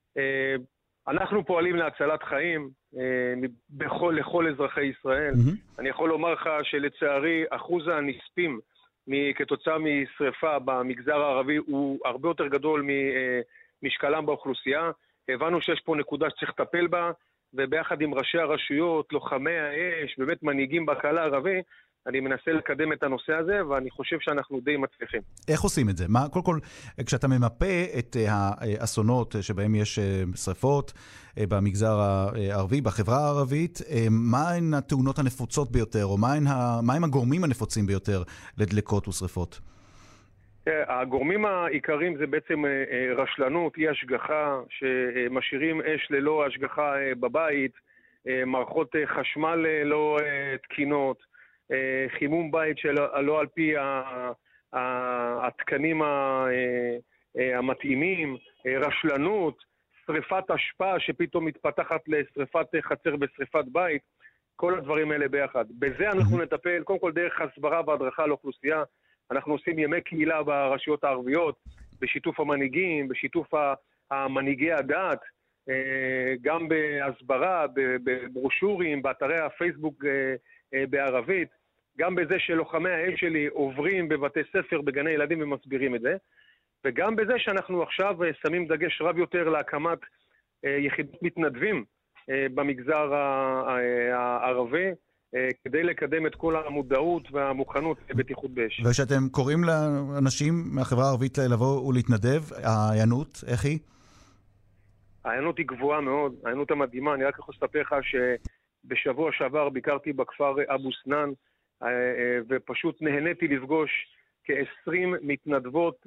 אנחנו פועלים להצלת חיים בכל, לכל אזרחי ישראל. Mm-hmm. אני יכול לומר לך שלצערי אחוז הנספים כתוצאה משריפה במגזר הערבי הוא הרבה יותר גדול ממשקלם באוכלוסייה. הבנו שיש פה נקודה שצריך לטפל בה, וביחד עם ראשי הרשויות, לוחמי האש, באמת מנהיגים בקהל הערבי, אני מנסה לקדם את הנושא הזה, ואני חושב שאנחנו די מצליחים. איך עושים את זה? מה, קודם כל, כשאתה ממפה את האסונות שבהם יש שריפות במגזר הערבי, בחברה הערבית, מה הן התאונות הנפוצות ביותר, או מה הן, מה הם הגורמים הנפוצים ביותר לדלקות ושריפות? הגורמים העיקריים זה בעצם רשלנות, אי השגחה, שמשאירים אש ללא השגחה בבית, מערכות חשמל לא תקינות, חימום בית שלא על פי התקנים המתאימים, רשלנות, שריפת אשפה שפתאום מתפתחת לשריפת חצר ושריפת בית, כל הדברים האלה ביחד. בזה אנחנו נטפל, קודם כל דרך הסברה והדרכה לאוכלוסייה. אנחנו עושים ימי קהילה ברשויות הערביות, בשיתוף המנהיגים, בשיתוף המנהיגי הדת, גם בהסברה, בברושורים, באתרי הפייסבוק בערבית, גם בזה שלוחמי האש שלי עוברים בבתי ספר, בגני ילדים ומסבירים את זה, וגם בזה שאנחנו עכשיו שמים דגש רב יותר להקמת יחידות מתנדבים במגזר הערבי, כדי לקדם את כל המודעות והמוכנות לבטיחות באש. ושאתם קוראים לאנשים מהחברה הערבית לבוא ולהתנדב, העיינות, איך היא? העיינות היא גבוהה מאוד, העיינות המדהימה. אני רק יכול לספר לך שבשבוע שעבר ביקרתי בכפר אבו סנן, ופשוט נהניתי לפגוש כ-עשרים מתנדבות,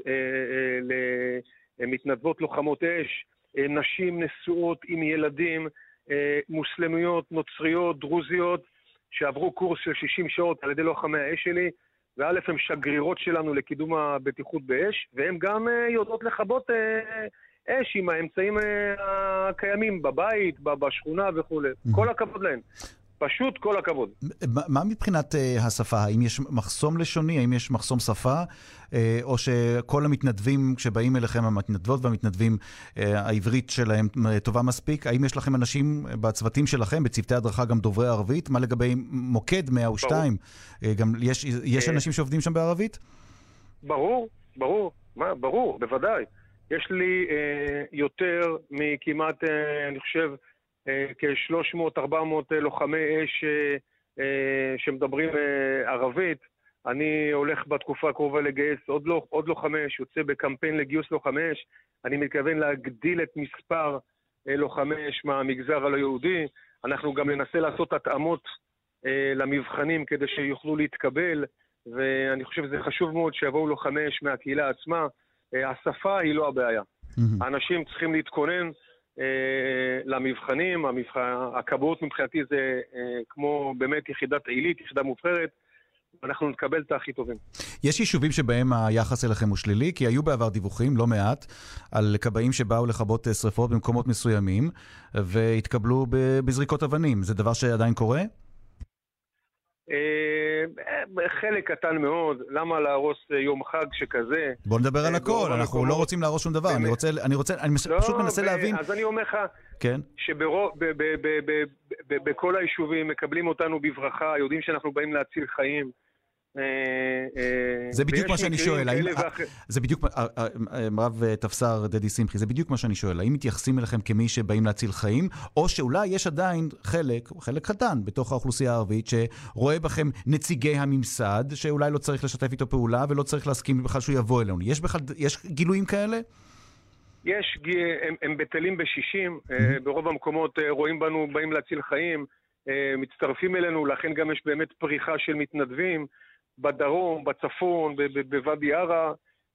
מתנדבות לוחמות אש, נשים נשואות עם ילדים, מוסלמיות, נוצריות, דרוזיות, שעברו קורס של שישים שעות על ידי לוחמי האש שלי, וא' הם שגרירות שלנו לקידום הבטיחות באש, והם גם יודעות לחבות אש עם האמצעים הקיימים בבית, בשכונה וכו'. כל הכבוד להן. פשוט כל הכבוד. מה מבחינת השפה? האם יש מחסום לשוני? האם יש מחסום שפה? או שכל המתנדבים שבאים אליכם, המתנדבות והמתנדבים, העברית שלהם טובה מספיק? האם יש לכם אנשים בצוותים שלכם, בצוותי הדרכה גם דוברי ערבית? מה לגבי מוקד מאה ושתיים? גם יש, יש אנשים שעובדים שם בערבית? ברור, ברור. מה? ברור, בוודאי. יש לי אה, יותר מכמעט, אה, אני חושב, כ-שלוש מאות ארבע מאות לוחמי אש שמדברים ערבית. אני הולך בתקופה הקרובה לגייס עוד, לא, עוד לוחמי אש, יוצא בקמפיין לגיוס לוחמי אש. אני מתכוון להגדיל את מספר לוחמי אש מהמגזר הלא-יהודי. אנחנו גם ננסה לעשות התאמות למבחנים כדי שיוכלו להתקבל ואני חושב שזה חשוב מאוד שיבואו לוחמי אש מהקהילה עצמה. השפה היא לא הבעיה. האנשים צריכים להתכונן למבחנים, הכבאות מבחינתי זה כמו באמת יחידת עילית, יחידה מובחרת, אנחנו נקבל את הכי טובים. יש יישובים שבהם היחס אליכם הוא שלילי, כי היו בעבר דיווחים, לא מעט, על קבעים שבאו לכבות שריפות במקומות מסוימים, והתקבלו בזריקות אבנים. זה דבר שעדיין קורה? חלק קטן מאוד. למה להרוס יום חג שכזה? בוא נדבר על הכל, אנחנו לא רוצים להרוס שום דבר. אני רוצה, אני רוצה, אני פשוט מנסה להבין. אז אני אומר לך שבכל היישובים מקבלים אותנו בברכה, יודעים שאנחנו באים להציל חיים. זה בדיוק מה שאני שואל, זה בדיוק, רב תפסר דדי שמחי, זה בדיוק מה שאני שואל, האם מתייחסים אליכם כמי שבאים להציל חיים, או שאולי יש עדיין חלק, חלק קטן בתוך האוכלוסייה הערבית, שרואה בכם נציגי הממסד, שאולי לא צריך לשתף איתו פעולה, ולא צריך להסכים בכלל שהוא יבוא אלינו. יש בכלל, יש גילויים כאלה? יש, הם, הם בטלים בשישים, ברוב המקומות רואים בנו, באים להציל חיים, מצטרפים אלינו, לכן גם יש באמת פריחה של מתנדבים, בדרום, בצפון, בוואדי ערה,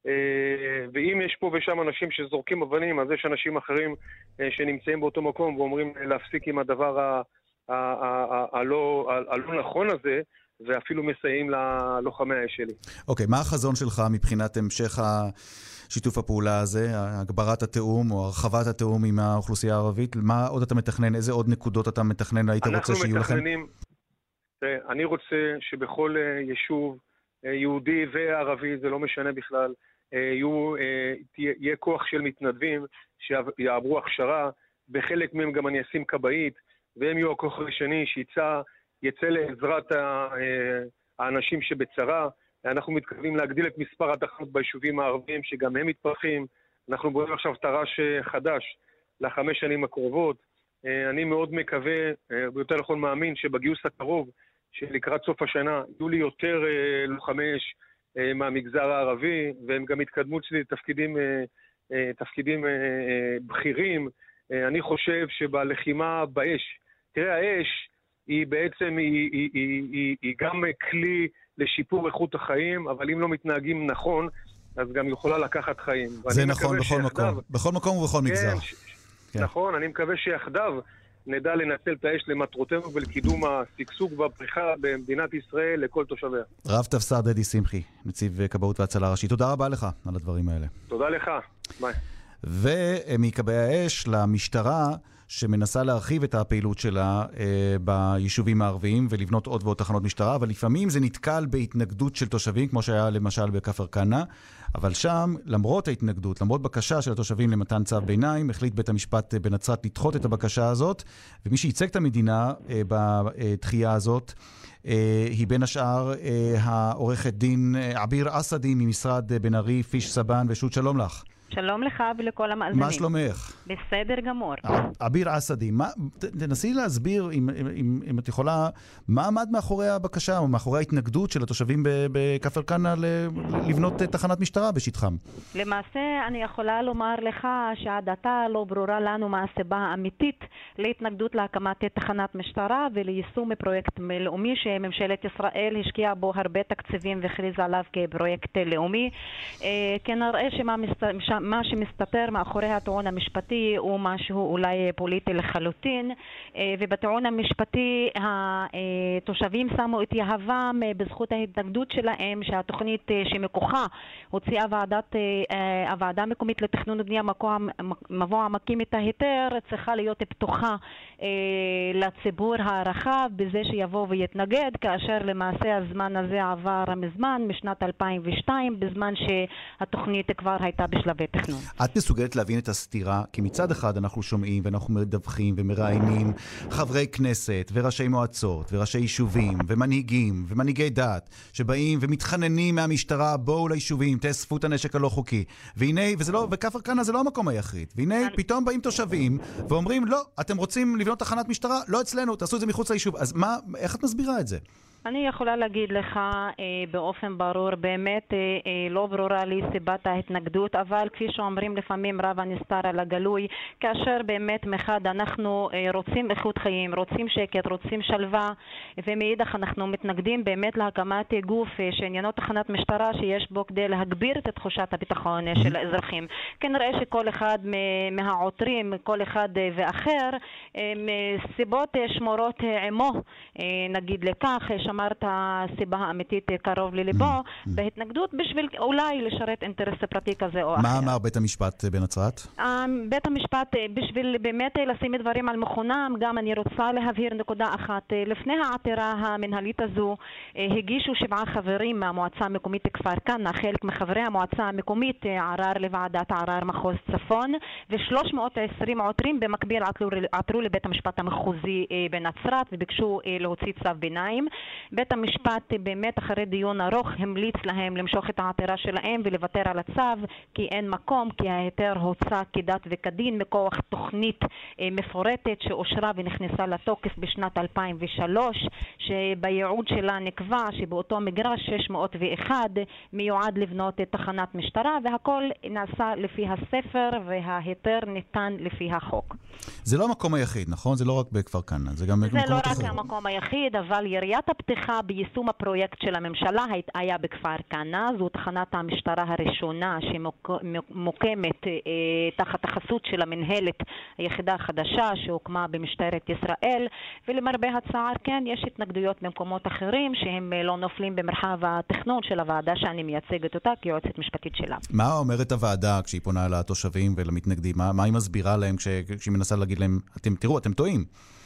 ואם יש פה ושם אנשים שזורקים אבנים, אז יש אנשים אחרים שנמצאים באותו מקום ואומרים להפסיק עם הדבר הלא נכון הזה, ואפילו מסייעים ללוחמי האש שלי. אוקיי, מה החזון שלך מבחינת המשך שיתוף הפעולה הזה, הגברת התאום או הרחבת התאום עם האוכלוסייה הערבית? מה עוד אתה מתכנן? איזה עוד נקודות אתה מתכנן? היית רוצה שיהיו לכם? אני רוצה שבכל יישוב, יהודי וערבי, זה לא משנה בכלל, יהיו, יהיה כוח של מתנדבים שיעברו הכשרה, בחלק מהם גם אני אשים קבעית, והם יהיו הכוח הראשני שיצא, יצא לעזרת האנשים שבצרה. אנחנו מתכוונים להגדיל את מספר התחנות ביישובים הערביים, שגם הם מתפרחים. אנחנו בונים עכשיו תר"ש חדש לחמש שנים הקרובות. אני מאוד מקווה, ביותר נכון מאמין, שבגיוס הקרוב, שלקראת סוף השנה, יהיו לי יותר לוחמי אש מהמגזר הערבי, והם גם התקדמו אצלי לתפקידים תפקידים בכירים. אני חושב שבלחימה באש, תראה, האש היא בעצם, היא, היא, היא, היא, היא גם כלי לשיפור איכות החיים, אבל אם לא מתנהגים נכון, אז גם יכולה לקחת חיים. זה נכון בכל שיחדיו, מקום, בכל מקום ובכל כן, מגזר. ש... כן. נכון, אני מקווה שיחדיו נדע לנצל את האש למטרותינו ולקידום השגשוג והפריחה במדינת ישראל לכל תושביה. רב תפסר דדי שמחי, נציב כבאות והצלה ראשי, תודה רבה לך על הדברים האלה. תודה לך, ביי. ומקבעי האש למשטרה שמנסה להרחיב את הפעילות שלה אה, ביישובים הערביים ולבנות עוד ועוד תחנות משטרה, אבל לפעמים זה נתקל בהתנגדות של תושבים, כמו שהיה למשל בכפר כנא, אבל שם, למרות ההתנגדות, למרות בקשה של התושבים למתן צו ביניים, החליט בית המשפט בנצרת לדחות את הבקשה הזאת, ומי שייצג את המדינה אה, בתחייה הזאת, אה, היא בין השאר אה, העורכת דין אה, עביר אסדי ממשרד בן ארי, פיש סבן ושות', שלום לך. שלום לך ולכל המאזינים. מה שלומך? בסדר גמור. עביר אסדי, מה, תנסי להסביר, אם, אם, אם את יכולה, מה עמד מאחורי הבקשה או מאחורי ההתנגדות של התושבים בכפר כנא לבנות תחנת משטרה בשטחם? למעשה אני יכולה לומר לך שעד עתה לא ברורה לנו מה הסיבה האמיתית להתנגדות להקמת תחנת משטרה וליישום פרויקט לאומי שממשלת ישראל השקיעה בו הרבה תקציבים והכריז עליו כפרויקט לאומי. כנראה שמה מסתכל מה שמסתתר מאחורי הטיעון המשפטי הוא משהו אולי פוליטי לחלוטין, ובטיעון המשפטי התושבים שמו את יהבם בזכות ההתנגדות שלהם שהתוכנית שמכוחה הוציאה ועדת, הוועדה המקומית לתכנון ובנייה מבוא המקים את ההיתר צריכה להיות פתוחה לציבור הרחב בזה שיבוא ויתנגד, כאשר למעשה הזמן הזה עבר מזמן, משנת אלפיים ושתיים, בזמן שהתוכנית כבר הייתה בשלבי תכנון. את מסוגלת להבין את הסתירה? כי מצד אחד אנחנו שומעים ואנחנו מדווחים ומראיינים חברי כנסת וראשי מועצות וראשי יישובים ומנהיגים ומנהיגי דת שבאים ומתחננים מהמשטרה, בואו ליישובים, תאספו את הנשק הלא חוקי. והנה, וזה לא, וכפר כנא זה לא המקום היחיד. והנה פתאום באים תושבים ואומרים, לא, אתם רוצים לבנות תחנת משטרה? לא אצלנו, תעשו את זה מחוץ ליישוב. אז מה, איך את מסבירה את זה? אני יכולה להגיד לך אה, באופן ברור, באמת אה, אה, לא ברורה לי סיבת ההתנגדות, אבל כפי שאומרים לפעמים רב הנסתר על הגלוי, כאשר באמת מחד אנחנו אה, רוצים איכות חיים, רוצים שקט, רוצים שלווה, ומאידך אנחנו מתנגדים באמת להקמת גוף אה, שעניינו תחנת משטרה שיש בו כדי להגביר את תחושת הביטחון אה, של האזרחים. כנראה שכל אחד מהעותרים, כל אחד אה, ואחר, אה, סיבות אה, שמורות אה, עמו, אה, נגיד לכך, שמרת הסיבה האמיתית קרוב לליבו, בהתנגדות בשביל אולי לשרת אינטרס פרטי כזה או אחר. מה אמר בית המשפט בנצרת? בית המשפט, בשביל באמת לשים דברים על מכונם, גם אני רוצה להבהיר נקודה אחת. לפני העתירה המנהלית הזו, הגישו שבעה חברים מהמועצה המקומית כפר כנא, חלק מחברי המועצה המקומית ערר לוועדת ערר מחוז צפון, ו-שלוש מאות ועשרים עותרים במקביל עתרו, עתרו לבית המשפט המחוזי בנצרת, וביקשו להוציא צו ביניים. בית המשפט באמת אחרי דיון ארוך המליץ להם למשוך את העתירה שלהם ולוותר על הצו, כי אין מקום, כי ההיתר הוצא כדת וכדין מכוח תוכנית מפורטת שאושרה ונכנסה לתוקף בשנת אלפיים ושלוש, שבייעוד שלה נקבע שבאותו מגרש שש מאות ואחת מיועד לבנות תחנת משטרה, והכל נעשה לפי הספר וההיתר ניתן לפי החוק. זה לא המקום היחיד, נכון? זה לא רק בכפר כנא, זה גם במקומות אחרים. זה לא רק המקום היחיד, אבל יריית הפתיחה ביישום הפרויקט של הממשלה היה בכפר כנא. זו תחנת המשטרה הראשונה שמוקמת אה, תחת החסות של המנהלת, היחידה החדשה שהוקמה במשטרת ישראל, ולמרבה הצער כן, יש התנגדויות במקומות אחרים שהם לא נופלים במרחב התכנון של הוועדה שאני מייצגת אותה כיועצת משפטית שלה. מה אומרת הוועדה כשהיא פונה לתושבים ולמתנגדים? מה, מה היא מסבירה להם כש, כשהיא מנסה להגיד להם, אתם תראו, אתם טועים?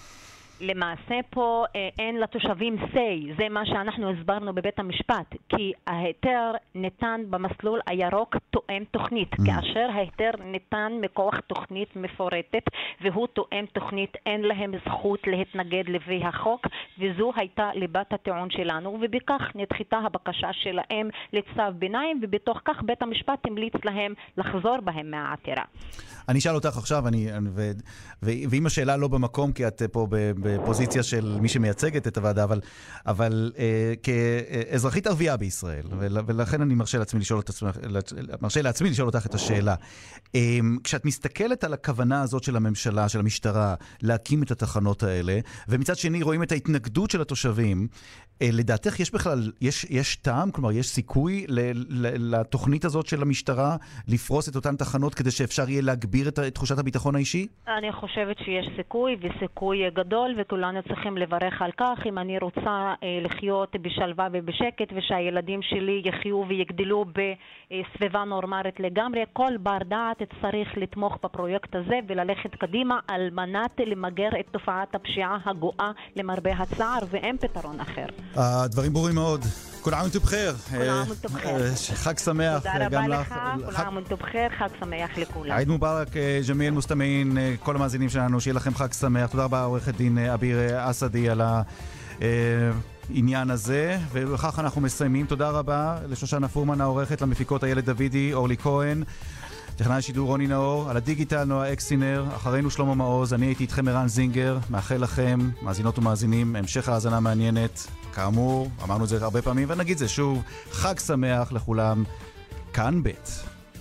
למעשה פה אה, אין לתושבים say, זה מה שאנחנו הסברנו בבית המשפט, כי ההיתר ניתן במסלול הירוק תואם תוכנית, mm. כאשר ההיתר ניתן מכוח תוכנית מפורטת והוא תואם תוכנית, אין להם זכות להתנגד לפי החוק, וזו הייתה ליבת הטיעון שלנו, ובכך נדחתה הבקשה שלהם לצו ביניים, ובתוך כך בית המשפט המליץ להם לחזור בהם מהעתירה. אני אשאל אותך עכשיו, אני, ו, ו, ואם השאלה לא במקום, כי את פה בפוזיציה של מי שמייצגת את הוועדה, אבל, אבל אה, כאזרחית ערבייה בישראל, ול, ולכן אני מרשה לעצמי לשאול, את עצמך, מרשה לעצמי לשאול אותך את השאלה. אה, כשאת מסתכלת על הכוונה הזאת של הממשלה, של המשטרה, להקים את התחנות האלה, ומצד שני רואים את ההתנגדות של התושבים, אה, לדעתך יש בכלל, יש, יש טעם, כלומר יש סיכוי ל, ל, לתוכנית הזאת של המשטרה לפרוס את אותן תחנות כדי שאפשר יהיה להגביר את תחושת הביטחון האישי? אני חושבת שיש סיכוי, וסיכוי גדול, וכולנו צריכים לברך על כך. אם אני רוצה אה, לחיות בשלווה ובשקט, ושהילדים שלי יחיו ויגדלו בסביבה נורמלית לגמרי, כל בר דעת צריך לתמוך בפרויקט הזה וללכת קדימה על מנת למגר את תופעת הפשיעה הגואה למרבה הצער, ואין פתרון אחר. הדברים ברורים מאוד. כל עام وانتم بخير. כל עام وانتم بخير. חג שמח. תודה רבה לך. כל עام وانتم بخير. חג שמח לכולם. עיד מובארק, ג'מיל מוסתמעין, כל המאזינים שלנו, שיהיה לכם חג שמח. תודה רבה עורכת דין אביר אסדי על העניין הזה, ובכך אנחנו מסיימים. תודה רבה לשושנה פורמן העורכת, למפיקות הילד דוידי, אורלי כהן, טכנאי שידור רוני נאור, על הדיגיטל נועה אקסינר, אחרינו שלמה מעוז, אני הייתי איתכם ערן זינגר, מאחל לכם, מאזינות ומאזינים, המשך האזנה מעניינת, כאמור, אמרנו את זה הרבה פעמים ונגיד זה שוב, חג שמח לכולם, כאן בית.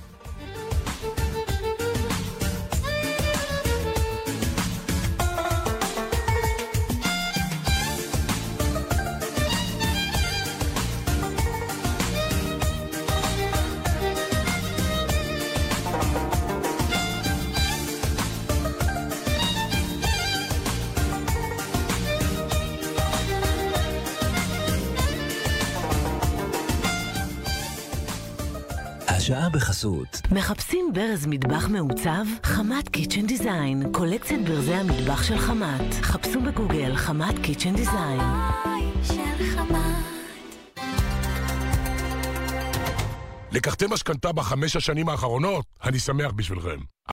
שעה בחסות. מחפשים ברז מטבח מעוצב? חמת קיצ'ן דיזיין. קולקציית ברזי המטבח של חמת. חפשו בגוגל חמת קיצ'ן דיזיין. של חמת. לקחתם משכנתה בחמש השנים האחרונות? אני שמח בשבילכם.